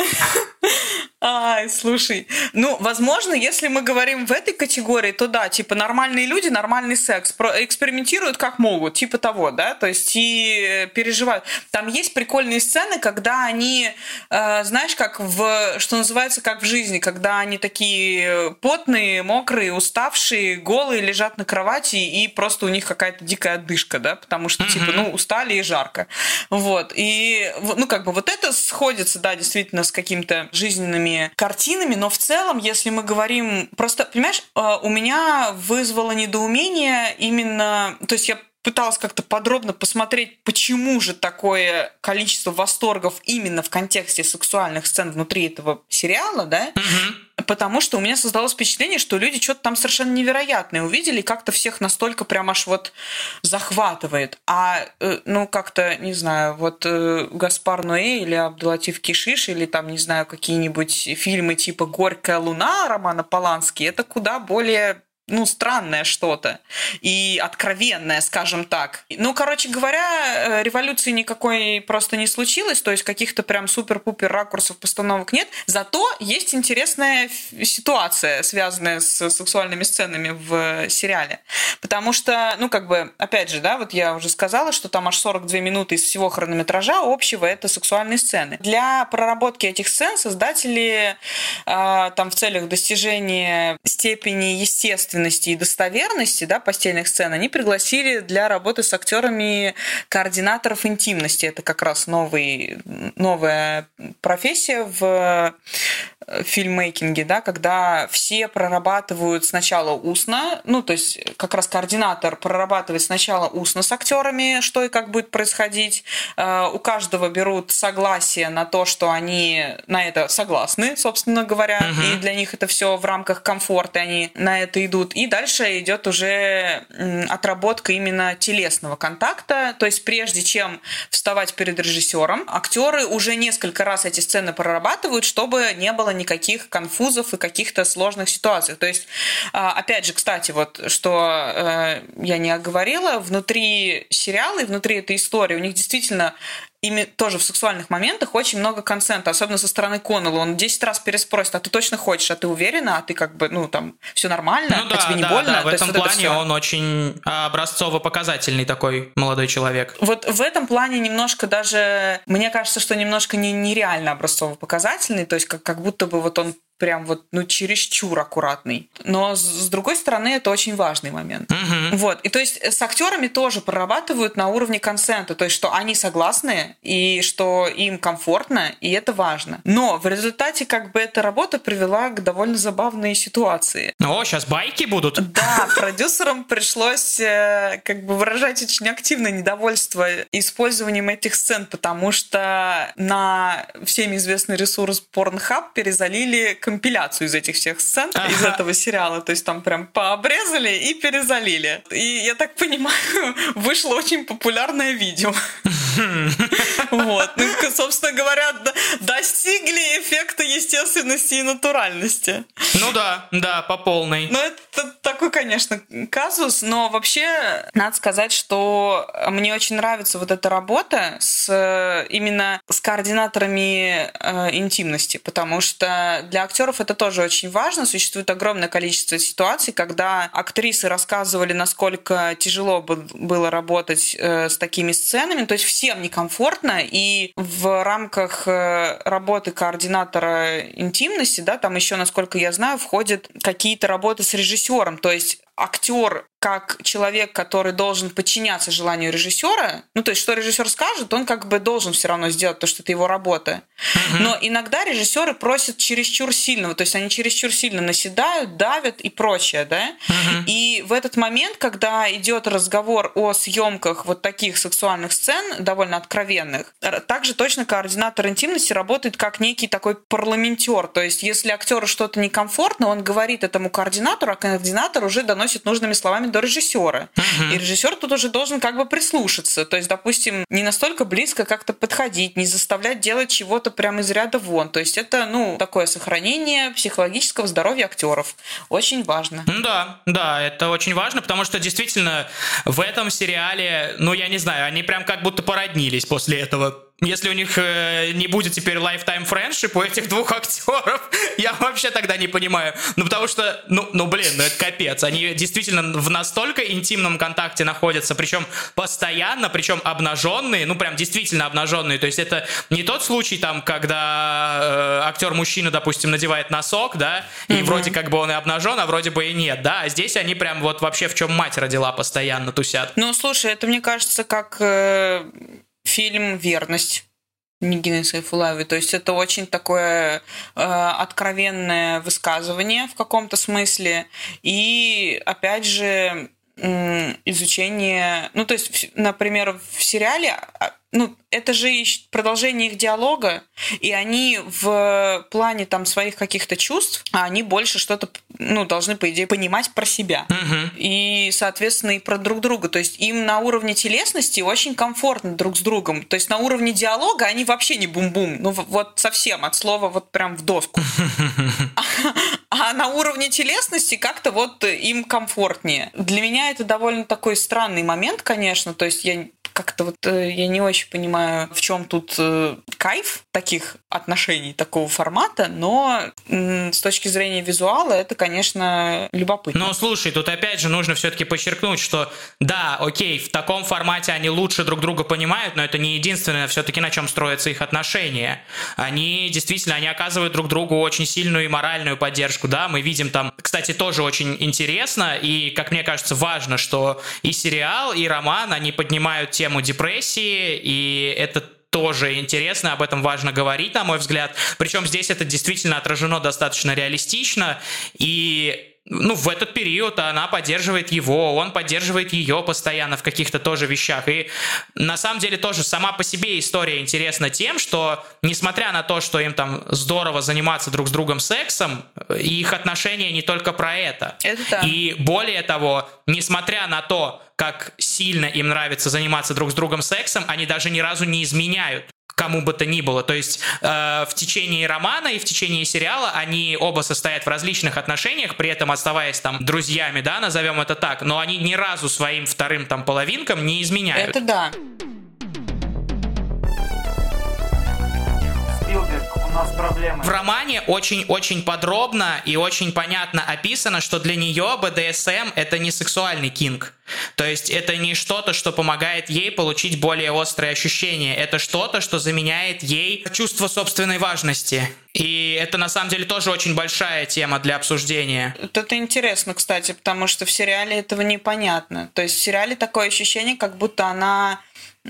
Ай, слушай, ну, возможно, если мы говорим в этой категории, то да, типа нормальные люди, нормальный секс, экспериментируют как могут, типа того, да, то есть и переживают. Там есть прикольные сцены, когда они, знаешь, как что называется, как в жизни, когда они такие потные, мокрые, уставшие, голые, лежат на кровати, и просто у них какая-то дикая отдышка, да, потому что, типа, ну, устали и жарко. Вот, и, ну, как бы вот это сходится, да, действительно, с какими-то жизненными картинами, но в целом, если мы говорим... Просто, понимаешь, у меня вызвало недоумение именно... То есть я пыталась как-то подробно посмотреть, почему же такое количество восторгов именно в контексте сексуальных сцен внутри этого сериала, да? Потому что у меня создалось впечатление, что люди что-то там совершенно невероятное увидели, и как-то всех настолько прям аж вот захватывает. А, ну, как-то, не знаю, вот Гаспар Ноэ или Абдулатиф Кишиш, или там, не знаю, какие-нибудь фильмы типа «Горькая луна» Романа Полански, это куда более... ну, странное что-то и откровенное, скажем так. Ну, короче говоря, революции никакой просто не случилось, то есть каких-то прям супер-пупер ракурсов, постановок нет, зато есть интересная ситуация, связанная с сексуальными сценами в сериале. Потому что, ну, как бы, опять же, да, вот я уже сказала, что там аж 42 минуты из всего хронометража общего — это сексуальные сцены. Для проработки этих сцен создатели там в целях достижения степени естественности и достоверности, да, постельных сцен, они пригласили для работы с актерами координаторов интимности. Это как раз новая профессия в фильммейкинге, да, когда все прорабатывают сначала устно, ну, то есть как раз координатор прорабатывает сначала устно с актерами, что и как будет происходить. У каждого берут согласие на то, что они на это согласны, собственно говоря, и для них это все в рамках комфорта, они на это идут. И дальше идет уже отработка именно телесного контакта, то есть прежде чем вставать перед режиссером, актеры уже несколько раз эти сцены прорабатывают, чтобы не было никаких конфузов и каких-то сложных ситуаций. То есть, опять же, кстати, вот что я не оговорила, внутри сериала и внутри этой истории у них действительно тоже в сексуальных моментах очень много консента, особенно со стороны Коннелла. Он 10 раз переспросит: а ты точно хочешь, а ты уверена, а ты как бы, ну, там, все нормально, ну, да, а тебе не больно? Да, в этом плане он очень образцово-показательный такой молодой человек. Вот в этом плане немножко даже, мне кажется, что немножко нереально образцово-показательный, то есть как будто бы вот он прям вот, ну, чересчур аккуратный. Но, с другой стороны, это очень важный момент. Вот. И то есть с актерами тоже прорабатывают на уровне консента, то есть что они согласны и что им комфортно, и это важно. Но в результате как бы эта работа привела к довольно забавной ситуации. О, сейчас байки будут? Да, продюсерам пришлось как бы выражать очень активное недовольство использованием этих сцен, потому что на всеми известный ресурс Pornhub перезалили компиляцию из этих всех сцен, из этого сериала. То есть там прям пообрезали и перезалили. И, я так понимаю, вышло очень популярное видео. Вот. Ну, собственно говоря, достигли эффекта естественности и натуральности. Ну да, по полной. Ну, это такой, конечно, казус, но вообще надо сказать, что мне очень нравится вот эта работа именно с координаторами интимности, потому что для актеров актеров это тоже очень важно. Существует огромное количество ситуаций, когда актрисы рассказывали, насколько тяжело было работать с такими сценами. То есть всем некомфортно, и в рамках работы координатора интимности, да, там еще, насколько я знаю, входят какие-то работы с режиссером. То есть актер как человек, который должен подчиняться желанию режиссера, ну, то есть, что режиссер скажет, он как бы должен все равно сделать, то, что это его работа. Но иногда режиссеры просят чересчур сильного, то есть они чересчур сильно наседают, давят и прочее, да. И в этот момент, когда идет разговор о съемках вот таких сексуальных сцен, довольно откровенных, также точно координатор интимности работает как некий такой парламентер. То есть, если актеру что-то некомфортно, он говорит этому координатору, а координатор уже доносит нужными словами до режиссера. И режиссер тут уже должен как бы прислушаться. То есть, допустим, не настолько близко как-то подходить, не заставлять делать чего-то прямо из ряда вон. То есть это, такое сохранение психологического здоровья актеров. Очень важно. Да, это очень важно, потому что действительно в этом сериале, я не знаю, они прям как будто породнились после этого. Если у них не будет теперь lifetime friendship у этих двух актеров, я вообще тогда не понимаю. Потому что, это капец. Они действительно в настолько интимном контакте находятся, причем постоянно, причем обнаженные, прям действительно обнаженные. То есть это не тот случай, там, когда актер-мужчина, допустим, надевает носок, да, и вроде как бы он и обнажен, а вроде бы и нет, да. А здесь они прям вот вообще в чем мать родила постоянно тусят. Слушай, это, мне кажется, как... фильм «Верность» Нигины Сайфуллаевой. То есть это очень такое откровенное высказывание в каком-то смысле. И, опять же, изучение... то есть, например, в сериале... это же продолжение их диалога, и они в плане там своих каких-то чувств, они больше что-то, должны, по идее, понимать про себя. И, соответственно, и про друг друга. То есть им на уровне телесности очень комфортно друг с другом. То есть на уровне диалога они вообще не бум-бум. Вот совсем, от слова вот прям в доску. А на уровне телесности как-то вот им комфортнее. Для меня это довольно такой странный момент, конечно. То есть я не очень понимаю, в чем тут кайф таких отношений, такого формата, но с точки зрения визуала это, конечно, любопытно. Слушай, тут опять же нужно все-таки подчеркнуть, что да, окей, в таком формате они лучше друг друга понимают, но это не единственное все-таки, на чем строятся их отношения. Они оказывают друг другу очень сильную и моральную поддержку, да, мы видим там, кстати, тоже очень интересно и, как мне кажется, важно, что и сериал, и роман, они поднимают тему депрессии, и это тоже интересно, об этом важно говорить, на мой взгляд. Причем здесь это действительно отражено достаточно реалистично, и в этот период она поддерживает его, он поддерживает ее постоянно в каких-то тоже вещах. И на самом деле тоже сама по себе история интересна тем, что несмотря на то, что им там здорово заниматься друг с другом сексом, их отношения не только про это. Это да. И более того, несмотря на то, как сильно им нравится заниматься друг с другом сексом, они даже ни разу не изменяют кому бы то ни было. То есть в течение романа и в течение сериала они оба состоят в различных отношениях, при этом оставаясь там друзьями, да, назовем это так, но они ни разу своим вторым там половинкам не изменяют. Это да. У нас проблемы. В романе очень-очень подробно и очень понятно описано, что для нее БДСМ — это не сексуальный кинг. То есть это не что-то, что помогает ей получить более острые ощущения. Это что-то, что заменяет ей чувство собственной важности. И это, на самом деле, тоже очень большая тема для обсуждения. Это интересно, кстати, потому что в сериале этого непонятно. То есть в сериале такое ощущение, как будто она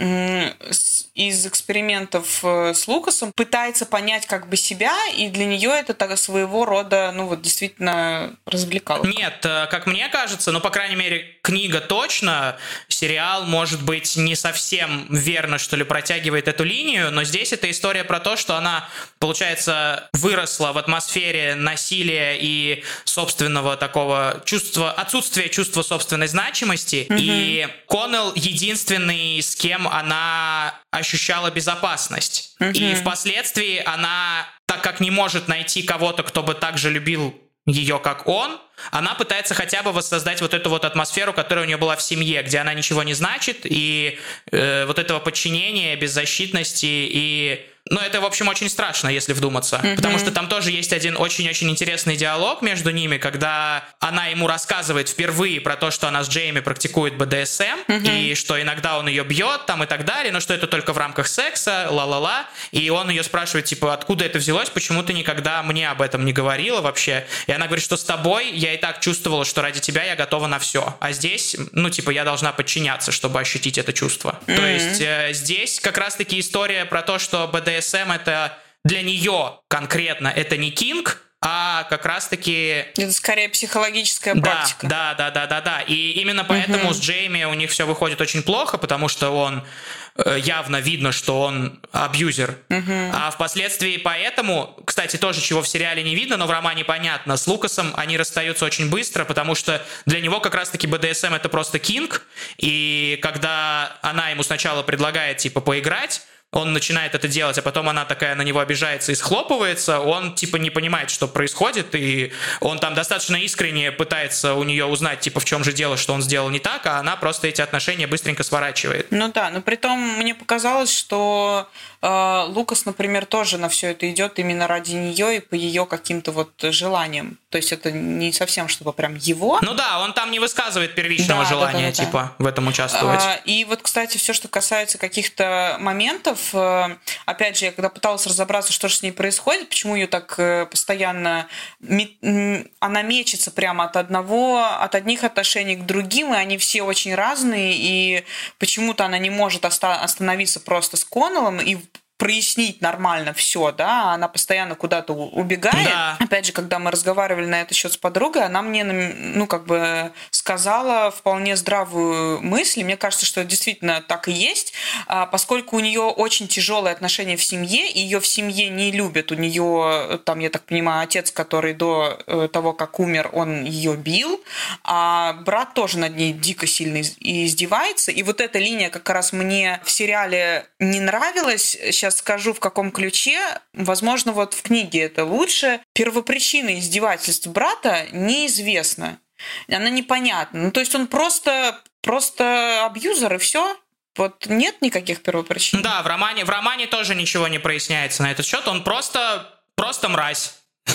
из экспериментов с Лукасом пытается понять как бы себя, и для нее это своего рода, действительно развлекаловка. Нет, как мне кажется, по крайней мере, книга точно, сериал, может быть, не совсем верно, что ли, протягивает эту линию, но здесь это история про то, что она, получается, выросла в атмосфере насилия и собственного такого отсутствия чувства собственной значимости, и Коннелл единственный, с кем она ощущала безопасность. И впоследствии она, так как не может найти кого-то, кто бы так же любил ее, как он, она пытается хотя бы воссоздать вот эту вот атмосферу, которая у нее была в семье, где она ничего не значит, и вот этого подчинения, беззащитности и Но это, в общем, очень страшно, если вдуматься. Потому что там тоже есть один очень-очень интересный диалог между ними, когда она ему рассказывает впервые про то, что она с Джейми практикует БДСМ, и что иногда он ее бьет там и так далее, но что это только в рамках секса, ла-ла-ла. И он ее спрашивает, типа, откуда это взялось, почему ты никогда мне об этом не говорила вообще? И она говорит, что с тобой я и так чувствовала, что ради тебя я готова на все. А здесь, ну, типа, я должна подчиняться, чтобы ощутить это чувство. То есть здесь как раз-таки история про то, что БДСМ это для нее конкретно это не кинг, а как раз-таки... Это скорее психологическая практика. Да. И именно поэтому с Джейми у них все выходит очень плохо, потому что он явно видно, что он абьюзер. А впоследствии поэтому, кстати, тоже чего в сериале не видно, но в романе понятно, с Лукасом они расстаются очень быстро, потому что для него как раз-таки БДСМ это просто кинг, и когда она ему сначала предлагает, типа, поиграть, он начинает это делать, а потом она такая на него обижается и схлопывается, он типа не понимает, что происходит, и он там достаточно искренне пытается у нее узнать, типа, в чем же дело, что он сделал не так, а она просто эти отношения быстренько сворачивает. Ну да, но при том мне показалось, что Лукас, например, тоже на все это идет именно ради нее и по ее каким-то вот желаниям. То есть это не совсем чтобы прям его. Ну да, он там не высказывает первичного желания, типа, в этом участвовать. И вот, кстати, все, что касается каких-то моментов, опять же, я когда пыталась разобраться, что же с ней происходит, почему ее так постоянно... Она мечется прямо от одних отношений к другим, и они все очень разные, и почему-то она не может остановиться просто с Коннеллом и прояснить нормально все, да, она постоянно куда-то убегает. Да. Опять же, когда мы разговаривали на этот счет с подругой, она мне, ну, как бы сказала вполне здравую мысль, и мне кажется, что это действительно так и есть, поскольку у нее очень тяжелые отношения в семье, и ее в семье не любят, у нее, там, я так понимаю, отец, который до того, как умер, он ее бил, а брат тоже над ней дико сильно издевается, и вот эта линия как раз мне в сериале не нравилась. Сейчас скажу, в каком ключе. Возможно, вот в книге это лучше. Первопричина издевательств брата неизвестна. Она непонятна. Ну, то есть он просто абьюзер, и все. Вот нет никаких первопричин. Да, в романе тоже ничего не проясняется на этот счет. Он просто мразь.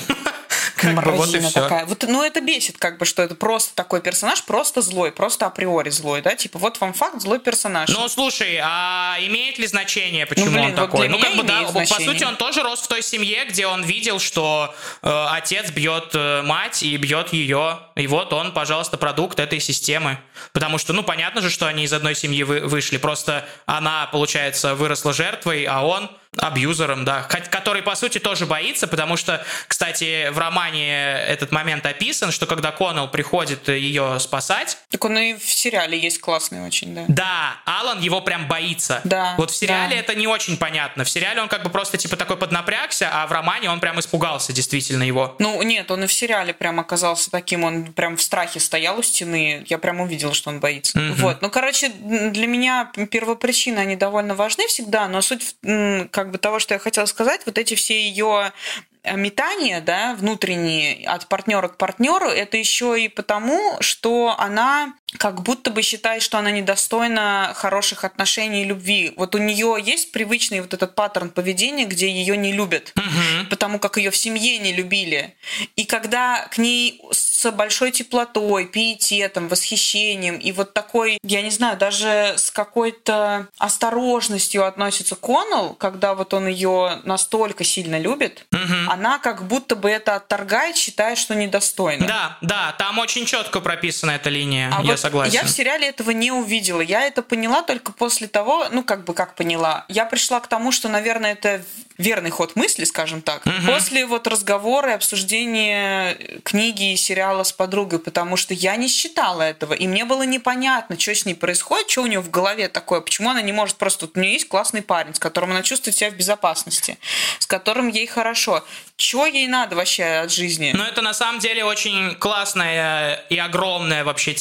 Как бы вот и все. Такая. Вот, ну, это бесит, как бы, что это просто такой персонаж, просто злой, просто априори злой, да? Типа, вот вам факт, злой персонаж. Ну, слушай, а имеет ли значение, почему он такой? Ну, как бы, да, по сути, он тоже рос в той семье, где он видел, что отец бьет мать и бьет ее. И вот он, пожалуйста, продукт этой системы. Потому что, ну, понятно же, что они из одной семьи вышли. Просто она, получается, выросла жертвой, а он абьюзером, да, который, по сути, тоже боится, потому что, кстати, в романе этот момент описан, что когда Коннелл приходит ее спасать... Так он и в сериале есть классный очень, да. Да, Алан его прям боится. Да. Вот в сериале это не очень понятно. В сериале он как бы просто типа такой поднапрягся, а в романе он прям испугался действительно его. Ну, нет, он и в сериале прям оказался таким, он прям в страхе стоял у стены, я прям увидела, что он боится. Вот, ну, короче, для меня первопричины, они довольно важны всегда, но суть как бы того, что я хотела сказать, вот эти все ее метания, да, внутренние от партнера к партнеру, это еще и потому, что она как будто бы считает, что она недостойна хороших отношений и любви. Вот у нее есть привычный вот этот паттерн поведения, где ее не любят, потому как ее в семье не любили. И когда к ней с большой теплотой, пиететом, восхищением и вот такой, я не знаю, даже с какой-то осторожностью относится Коннелл, когда вот он ее настолько сильно любит, она как будто бы это отторгает, считая, что недостойна. Да, там очень четко прописана эта линия, я согласен. Я в сериале этого не увидела. Я это поняла только после того, ну, как поняла. Я пришла к тому, что, наверное, это верный ход мысли, скажем так, после вот разговора и обсуждения книги и сериала с подругой, потому что я не считала этого, и мне было непонятно, что с ней происходит, что у нее в голове такое, почему она не может просто... Вот у нее есть классный парень, с которым она чувствует себя в безопасности, с которым ей хорошо. Чего ей надо вообще от жизни? Ну, это на самом деле очень классная и огромная вообще тема для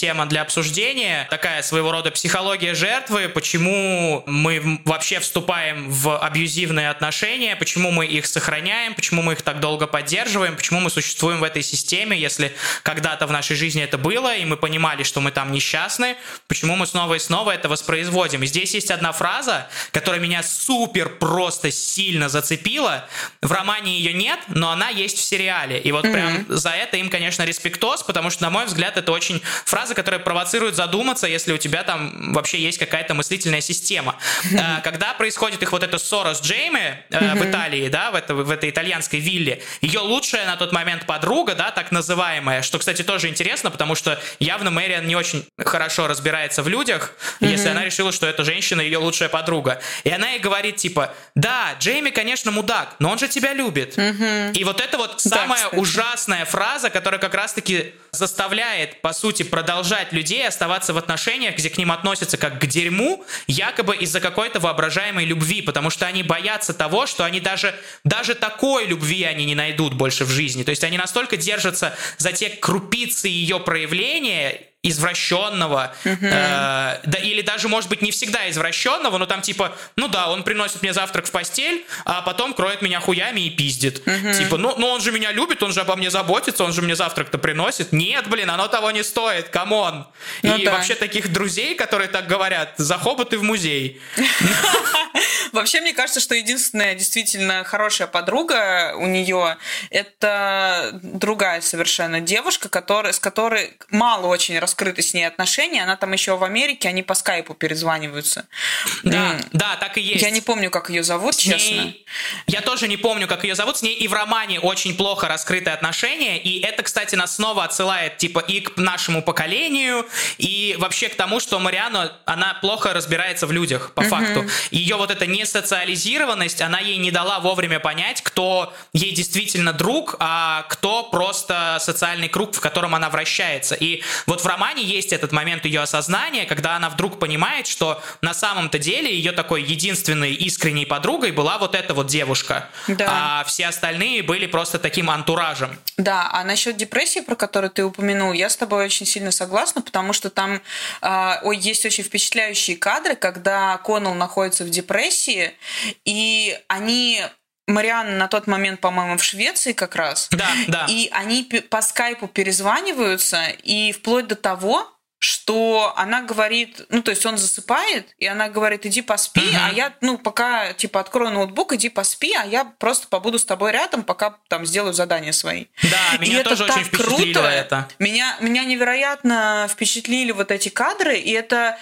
обсуждение, такая своего рода психология жертвы, почему мы вообще вступаем в абьюзивные отношения, почему мы их сохраняем, почему мы их так долго поддерживаем, почему мы существуем в этой системе, если когда-то в нашей жизни это было, и мы понимали, что мы там несчастны, почему мы снова и снова это воспроизводим. И здесь есть одна фраза, которая меня супер просто сильно зацепила. В романе ее нет, но она есть в сериале. И вот прям за это им, конечно, респектос, потому что, на мой взгляд, это очень фраза, которая провоцирует задуматься, если у тебя там вообще есть какая-то мыслительная система. Когда происходит их вот эта ссора с Джейми в Италии, да, в этой итальянской вилле, ее лучшая на тот момент подруга, да, так называемая, что, кстати, тоже интересно, потому что явно Мэриан не очень хорошо разбирается в людях, если она решила, что эта женщина ее лучшая подруга. И она ей говорит, типа, да, Джейми, конечно, мудак, но он же тебя любит. И вот это вот самая ужасная фраза, которая как раз-таки заставляет, по сути, продолжать людей оставаться в отношениях, где к ним относятся как к дерьму, якобы из-за какой-то воображаемой любви, потому что они боятся того, что они даже такой любви они не найдут больше в жизни. То есть они настолько держатся за те крупицы ее проявления, извращенного, да, или даже, может быть, не всегда извращенного, но там типа, ну да, он приносит мне завтрак в постель, а потом кроет меня хуями и пиздит. Типа, ну он же меня любит, он же обо мне заботится, он же мне завтрак-то приносит. Нет, блин, оно того не стоит, камон. Ну, и вообще таких друзей, которые так говорят, за хоботы в музей. Вообще, мне кажется, что единственная действительно хорошая подруга у нее это другая совершенно девушка, с которой мало очень раскрыты с ней отношения. Она там еще в Америке, они по скайпу перезваниваются. Да, так и есть. Я не помню, как ее зовут, честно. Я тоже не помню, как ее зовут. С ней и в романе очень плохо раскрыты отношения. И это, кстати, нас снова отсылает типа и к нашему поколению, и вообще к тому, что Марианна, она плохо разбирается в людях, по факту. Ее вот эта несоциализированность, она ей не дала вовремя понять, кто ей действительно друг, а кто просто социальный круг, в котором она вращается. И вот в романе есть этот момент ее осознания, когда она вдруг понимает, что на самом-то деле ее такой единственной искренней подругой была вот эта вот девушка, а все остальные были просто таким антуражем. Да, а насчет депрессии, про которую ты упомянул, я с тобой очень сильно согласна, потому что там есть очень впечатляющие кадры, когда Коннелл находится в депрессии, и Марианна на тот момент, по-моему, в Швеции как раз. Да. И они по скайпу перезваниваются, и вплоть до того, что она говорит, ну, то есть он засыпает, и она говорит, иди поспи, а я, пока, открою ноутбук, иди поспи, а я просто побуду с тобой рядом, пока там сделаю задания свои. Да, меня тоже очень впечатлило это. Меня невероятно впечатлили вот эти кадры, и это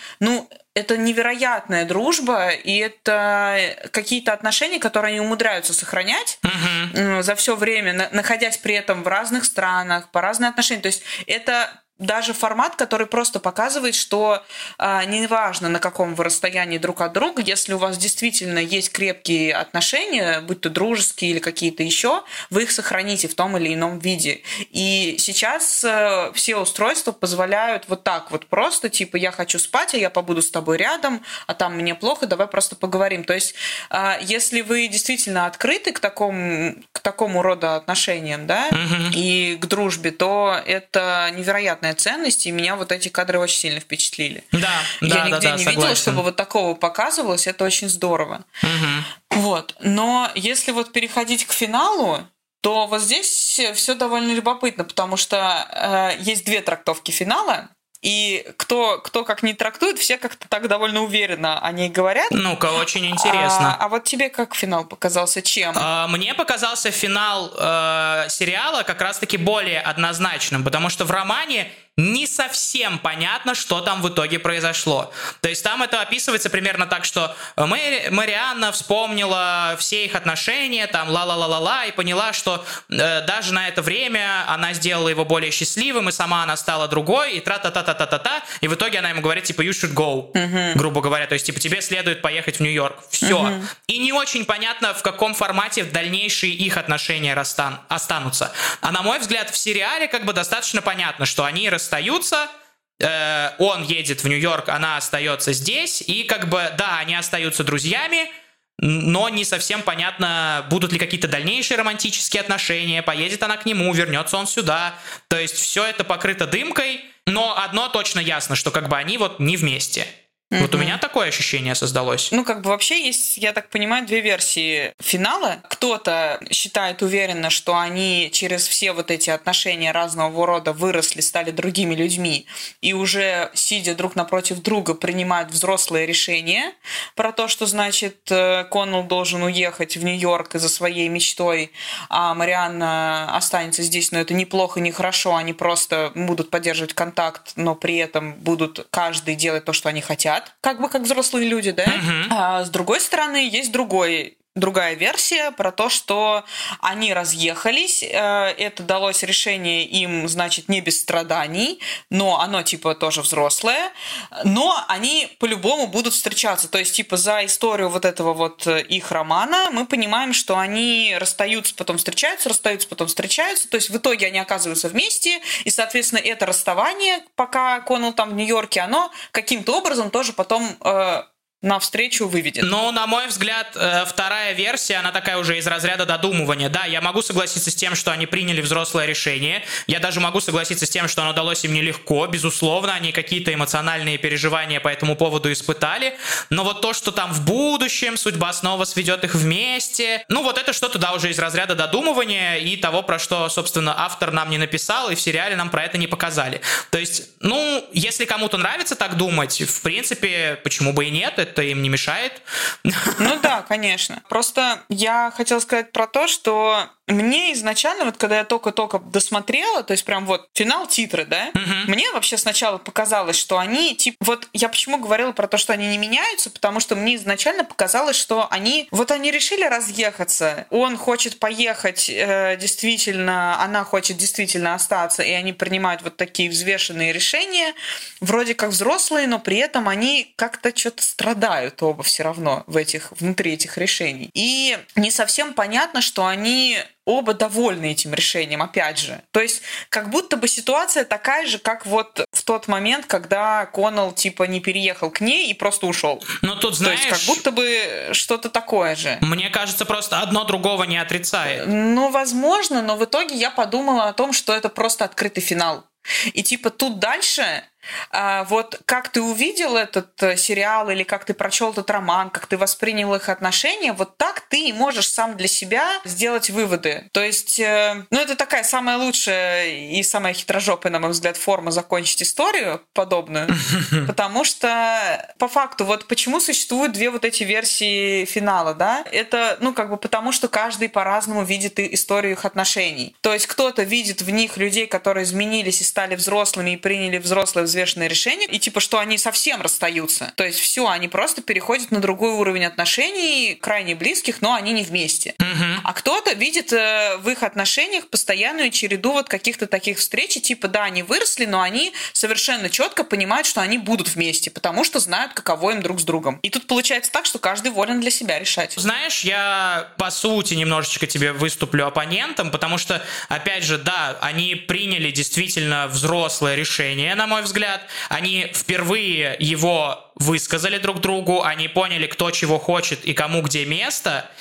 невероятная дружба, и это какие-то отношения, которые они умудряются сохранять за все время, находясь при этом в разных странах, по разные отношения. То есть это даже формат, который просто показывает, что неважно, на каком вы расстоянии друг от друга, если у вас действительно есть крепкие отношения, будь то дружеские или какие-то еще, вы их сохраните в том или ином виде. И сейчас все устройства позволяют вот так вот просто, типа, я хочу спать, а я побуду с тобой рядом, а там мне плохо, давай просто поговорим. То есть, если вы действительно открыты к такому рода отношениям, да, и к дружбе, то это невероятная ценность, и меня вот эти кадры очень сильно впечатлили. Я нигде не видела, чтобы вот такого показывалось, это очень здорово. Вот. Но если вот переходить к финалу, то вот здесь все довольно любопытно, потому что есть две трактовки финала, и кто как не трактует, все как-то так довольно уверенно о ней говорят. Ну-ка, очень интересно. А вот тебе как финал показался, чем? Мне показался финал сериала как раз-таки более однозначным, потому что в романе не совсем понятно, что там в итоге произошло. То есть там это описывается примерно так, что Марианна вспомнила все их отношения, там ла-ла-ла-ла-ла, и поняла, что даже на это время она сделала его более счастливым, и сама она стала другой, и тра-та-та-та-та-та-та, и в итоге она ему говорит, типа, you should go, грубо говоря, то есть, типа, тебе следует поехать в Нью-Йорк. Все. И не очень понятно, в каком формате дальнейшие их отношения останутся. А на мой взгляд, в сериале как бы достаточно понятно, что они расстаются, он едет в Нью-Йорк, она остается здесь, и как бы, да, они остаются друзьями, но не совсем понятно, будут ли какие-то дальнейшие романтические отношения, поедет она к нему, вернется он сюда. То есть все это покрыто дымкой, но одно точно ясно, что как бы они вот не вместе. Вот у меня такое ощущение создалось. Ну, как бы вообще есть, я так понимаю, две версии финала. Кто-то считает уверенно, что они через все вот эти отношения разного рода выросли, стали другими людьми, и уже, сидя друг напротив друга, принимают взрослые решения про то, что, значит, Коннелл должен уехать в Нью-Йорк за своей мечтой, а Марианна останется здесь, но это ни плохо, ни хорошо, они просто будут поддерживать контакт, но при этом будут каждый делать то, что они хотят. Как бы как взрослые люди, да? А с другой стороны, есть другая версия про то, что они разъехались, это далось решение им, значит, не без страданий, но оно, типа, тоже взрослое, но они по-любому будут встречаться, то есть, типа, за историю вот этого вот их романа мы понимаем, что они расстаются, потом встречаются, расстаются, потом встречаются, то есть, в итоге они оказываются вместе, и, соответственно, это расставание, пока Коннелл там в Нью-Йорке, оно каким-то образом тоже потом навстречу выведет. Ну, на мой взгляд, вторая версия, она такая уже из разряда додумывания. Да, я могу согласиться с тем, что они приняли взрослое решение. Я даже могу согласиться с тем, что оно далось им нелегко. Безусловно, они какие-то эмоциональные переживания по этому поводу испытали. Но вот то, что там в будущем судьба снова сведет их вместе, ну, вот это что-то, да, уже из разряда додумывания и того, про что, собственно, автор нам не написал, и в сериале нам про это не показали. То есть, ну, если кому-то нравится так думать, в принципе, почему бы и нет, это им не мешает. Ну да, конечно. Просто я хотела сказать про то, что мне изначально, вот когда я только-только досмотрела, то есть прям вот финал, титры, да, мне вообще сначала показалось, что они, типа, вот я почему говорила про то, что они не меняются, потому что мне изначально показалось, что они решили разъехаться, он хочет поехать, действительно, она хочет действительно остаться, и они принимают вот такие взвешенные решения, вроде как взрослые, но при этом они как-то что-то страдают оба все равно внутри этих решений. И не совсем понятно, что они оба довольны этим решением, опять же. То есть как будто бы ситуация такая же, как вот в тот момент, когда Коннелл типа не переехал к ней и просто ушел. Ну тут, знаешь... То есть как будто бы что-то такое же. Мне кажется, просто одно другого не отрицает. Ну, возможно, но в итоге я подумала о том, что это просто открытый финал. И типа тут дальше... Вот как ты увидел этот сериал или как ты прочел этот роман, как ты воспринял их отношения, вот так ты и можешь сам для себя сделать выводы. То есть, ну, это такая самая лучшая и самая хитрожопая, на мой взгляд, форма закончить историю подобную, потому что по факту, вот почему существуют две вот эти версии финала, да, это, ну, как бы потому, что каждый по-разному видит историю их отношений. То есть кто-то видит в них людей, которые изменились и стали взрослыми и приняли взрослые взвешенные решения, и типа, что они совсем расстаются. То есть все, они просто переходят на другой уровень отношений, крайне близких, но они не вместе. А кто-то видит в их отношениях постоянную череду вот каких-то таких встреч, и типа, да, они выросли, но они совершенно четко понимают, что они будут вместе, потому что знают, каково им друг с другом. И тут получается так, что каждый волен для себя решать. Знаешь, я по сути немножечко тебе выступлю оппонентом, потому что, опять же, да, они приняли действительно взрослое решение, на мой взгляд. Они впервые его высказали друг другу, они поняли, кто чего хочет и кому где место,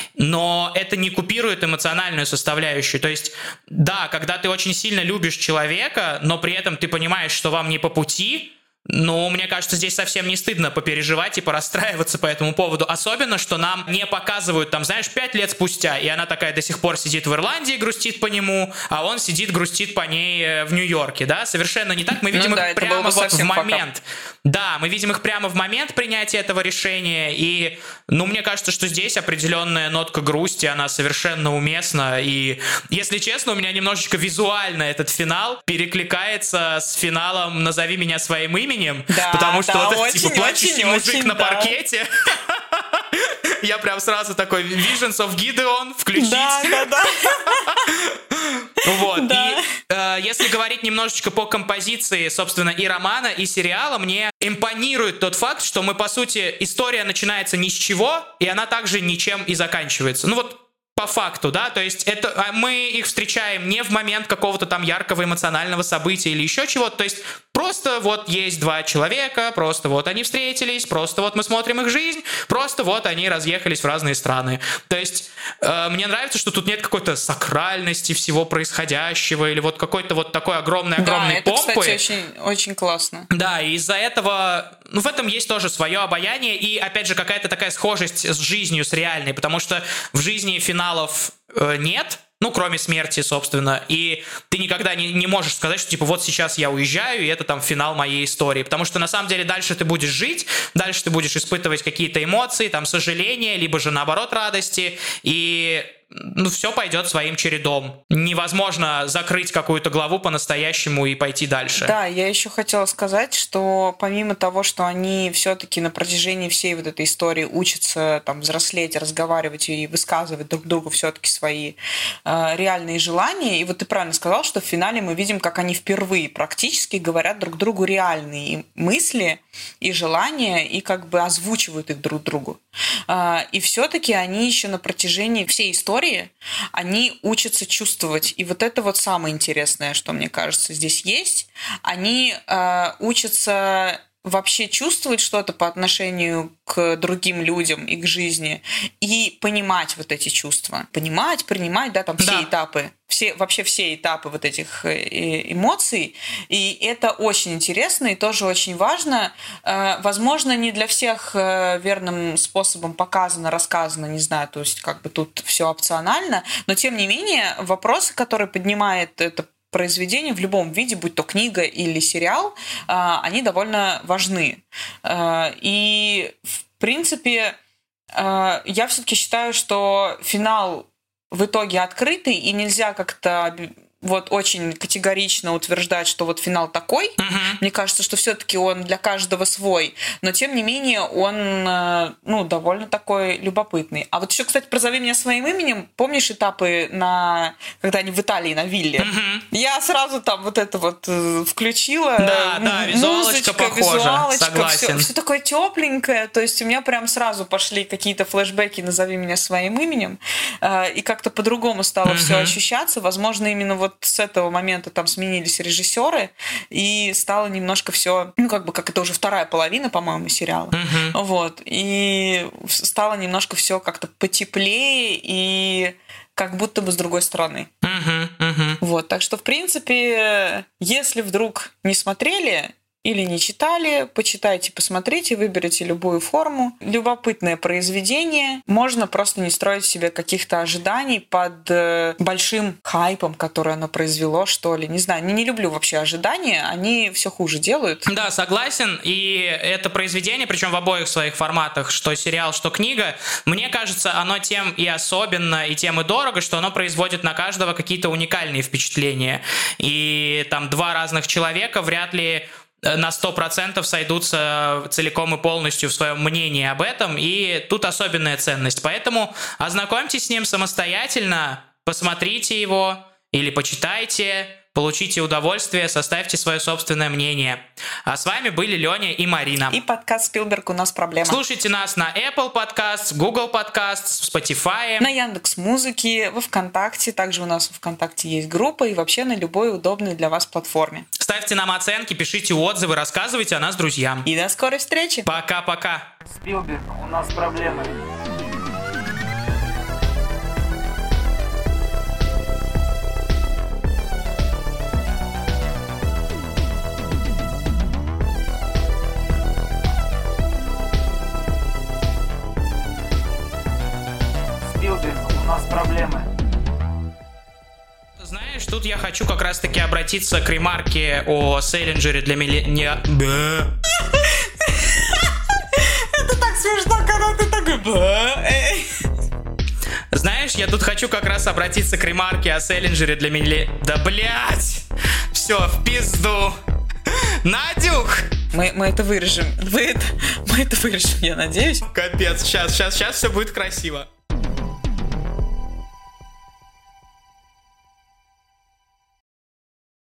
но это не купирует эмоциональную составляющую. То есть, да, когда ты очень сильно любишь человека, но при этом ты понимаешь, что вам не по пути, ну, мне кажется, здесь совсем не стыдно попереживать и порастраиваться по этому поводу. Особенно, что нам не показывают, там, знаешь, 5 лет спустя, и она такая до сих пор сидит в Ирландии, грустит по нему, а он сидит, грустит по ней в Нью-Йорке, да? Совершенно не так. Мы видим их прямо вот в момент. Да, мы видим их прямо в момент принятия этого решения, и, ну, мне кажется, что здесь определенная нотка грусти, она совершенно уместна, и, если честно, у меня немножечко визуально этот финал перекликается с финалом «Назови меня своим именем», да, потому что вот этот типа плачущий мужик на паркете. Я прям сразу такой Visions of Gideon включить. Да. Вот. И если говорить немножечко по композиции, собственно, и романа, и сериала, мне импонирует тот факт, что мы, по сути, история начинается ни с чего, и она также ничем и заканчивается. Ну вот по факту, да, то есть это мы их встречаем не в момент какого-то там яркого эмоционального события или еще чего-то, то есть просто вот есть два человека, просто вот они встретились, просто вот мы смотрим их жизнь, просто вот они разъехались в разные страны. То есть мне нравится, что тут нет какой-то сакральности всего происходящего или вот какой-то вот такой огромной помпы. Да, это, кстати, очень, очень классно. Да, и из-за этого, ну, в этом есть тоже свое обаяние и, опять же, какая-то такая схожесть с жизнью, с реальной, потому что в жизни финалов нет, ну, кроме смерти, собственно, и ты никогда не можешь сказать, что, типа, вот сейчас я уезжаю, и это там финал моей истории, потому что, на самом деле, дальше ты будешь жить, дальше ты будешь испытывать какие-то эмоции, там, сожаления, либо же, наоборот, радости, и... ну, все пойдет своим чередом. Невозможно закрыть какую-то главу по-настоящему и пойти дальше. Да, я еще хотела сказать, что помимо того, что они все-таки на протяжении всей вот этой истории учатся там взрослеть, разговаривать и высказывать друг другу все-таки свои реальные желания, и вот ты правильно сказал, что в финале мы видим, как они впервые практически говорят друг другу реальные мысли и желания, и как бы озвучивают их друг другу. И все-таки они еще на протяжении всей истории они учатся чувствовать. И вот это вот самое интересное, что, мне кажется, здесь есть. Они учатся вообще чувствовать что-то по отношению к другим людям и к жизни, и понимать вот эти чувства. Понимать, принимать, да, там все этапы. Вообще все этапы вот этих эмоций. И это очень интересно и тоже очень важно. Возможно, не для всех верным способом показано, рассказано, не знаю, то есть как бы тут все опционально, но тем не менее вопросы, которые поднимает это произведение в любом виде, будь то книга или сериал, они довольно важны. И, в принципе, я все-таки считаю, что финал в итоге открытый, и нельзя как-то вот очень категорично утверждать, что вот финал такой. Мне кажется, что все-таки он для каждого свой, но тем не менее он, ну, довольно такой любопытный. А вот еще, кстати, про «Зови меня своим именем», помнишь этапы, когда они в Италии на вилле? Я сразу там вот это вот включила. Да, визуалочка похожа, согласен. Все такое тепленькое, то есть у меня прям сразу пошли какие-то флешбеки на «Зови меня своим именем», и как-то по-другому стало все ощущаться. Возможно, именно вот с этого момента там сменились режиссеры, и стало немножко все, ну, как бы, как это уже вторая половина, по-моему, сериала. Вот. И стало немножко все как-то потеплее и как будто бы с другой стороны. Вот. Так что, в принципе, если вдруг не смотрели или не читали, почитайте, посмотрите, выберите любую форму. Любопытное произведение. Можно просто не строить себе каких-то ожиданий под большим хайпом, который оно произвело, что ли. Не знаю, не люблю вообще ожидания, они все хуже делают. Да, согласен. И это произведение, причем в обоих своих форматах, что сериал, что книга, мне кажется, оно тем и особенно, и тем и дорого, что оно производит на каждого какие-то уникальные впечатления. И там два разных человека вряд ли на 100% сойдутся целиком и полностью в своем мнении об этом, и тут особенная ценность. Поэтому ознакомьтесь с ним самостоятельно, посмотрите его или почитайте, получите удовольствие, составьте свое собственное мнение. А с вами были Леня и Марина. И подкаст «Спилберг. У нас проблема». Слушайте нас на Apple Podcasts, Google Podcasts, Spotify. На Яндекс.Музыке, во ВКонтакте. Также у нас в ВКонтакте есть группа и вообще на любой удобной для вас платформе. Ставьте нам оценки, пишите отзывы, рассказывайте о нас друзьям. И до скорой встречи. Пока-пока. Спилберг, у нас проблемы. У нас проблемы. Знаешь, тут я хочу как раз-таки обратиться к ремарке о Селлинджере для Это так смешно, когда ты такой... Знаешь, я тут хочу как раз обратиться к ремарке о Селлинджере для Да, блять! Все, в пизду! Надюх! Мы это вырежем. Мы это вырежем, я надеюсь. Капец, сейчас все будет красиво.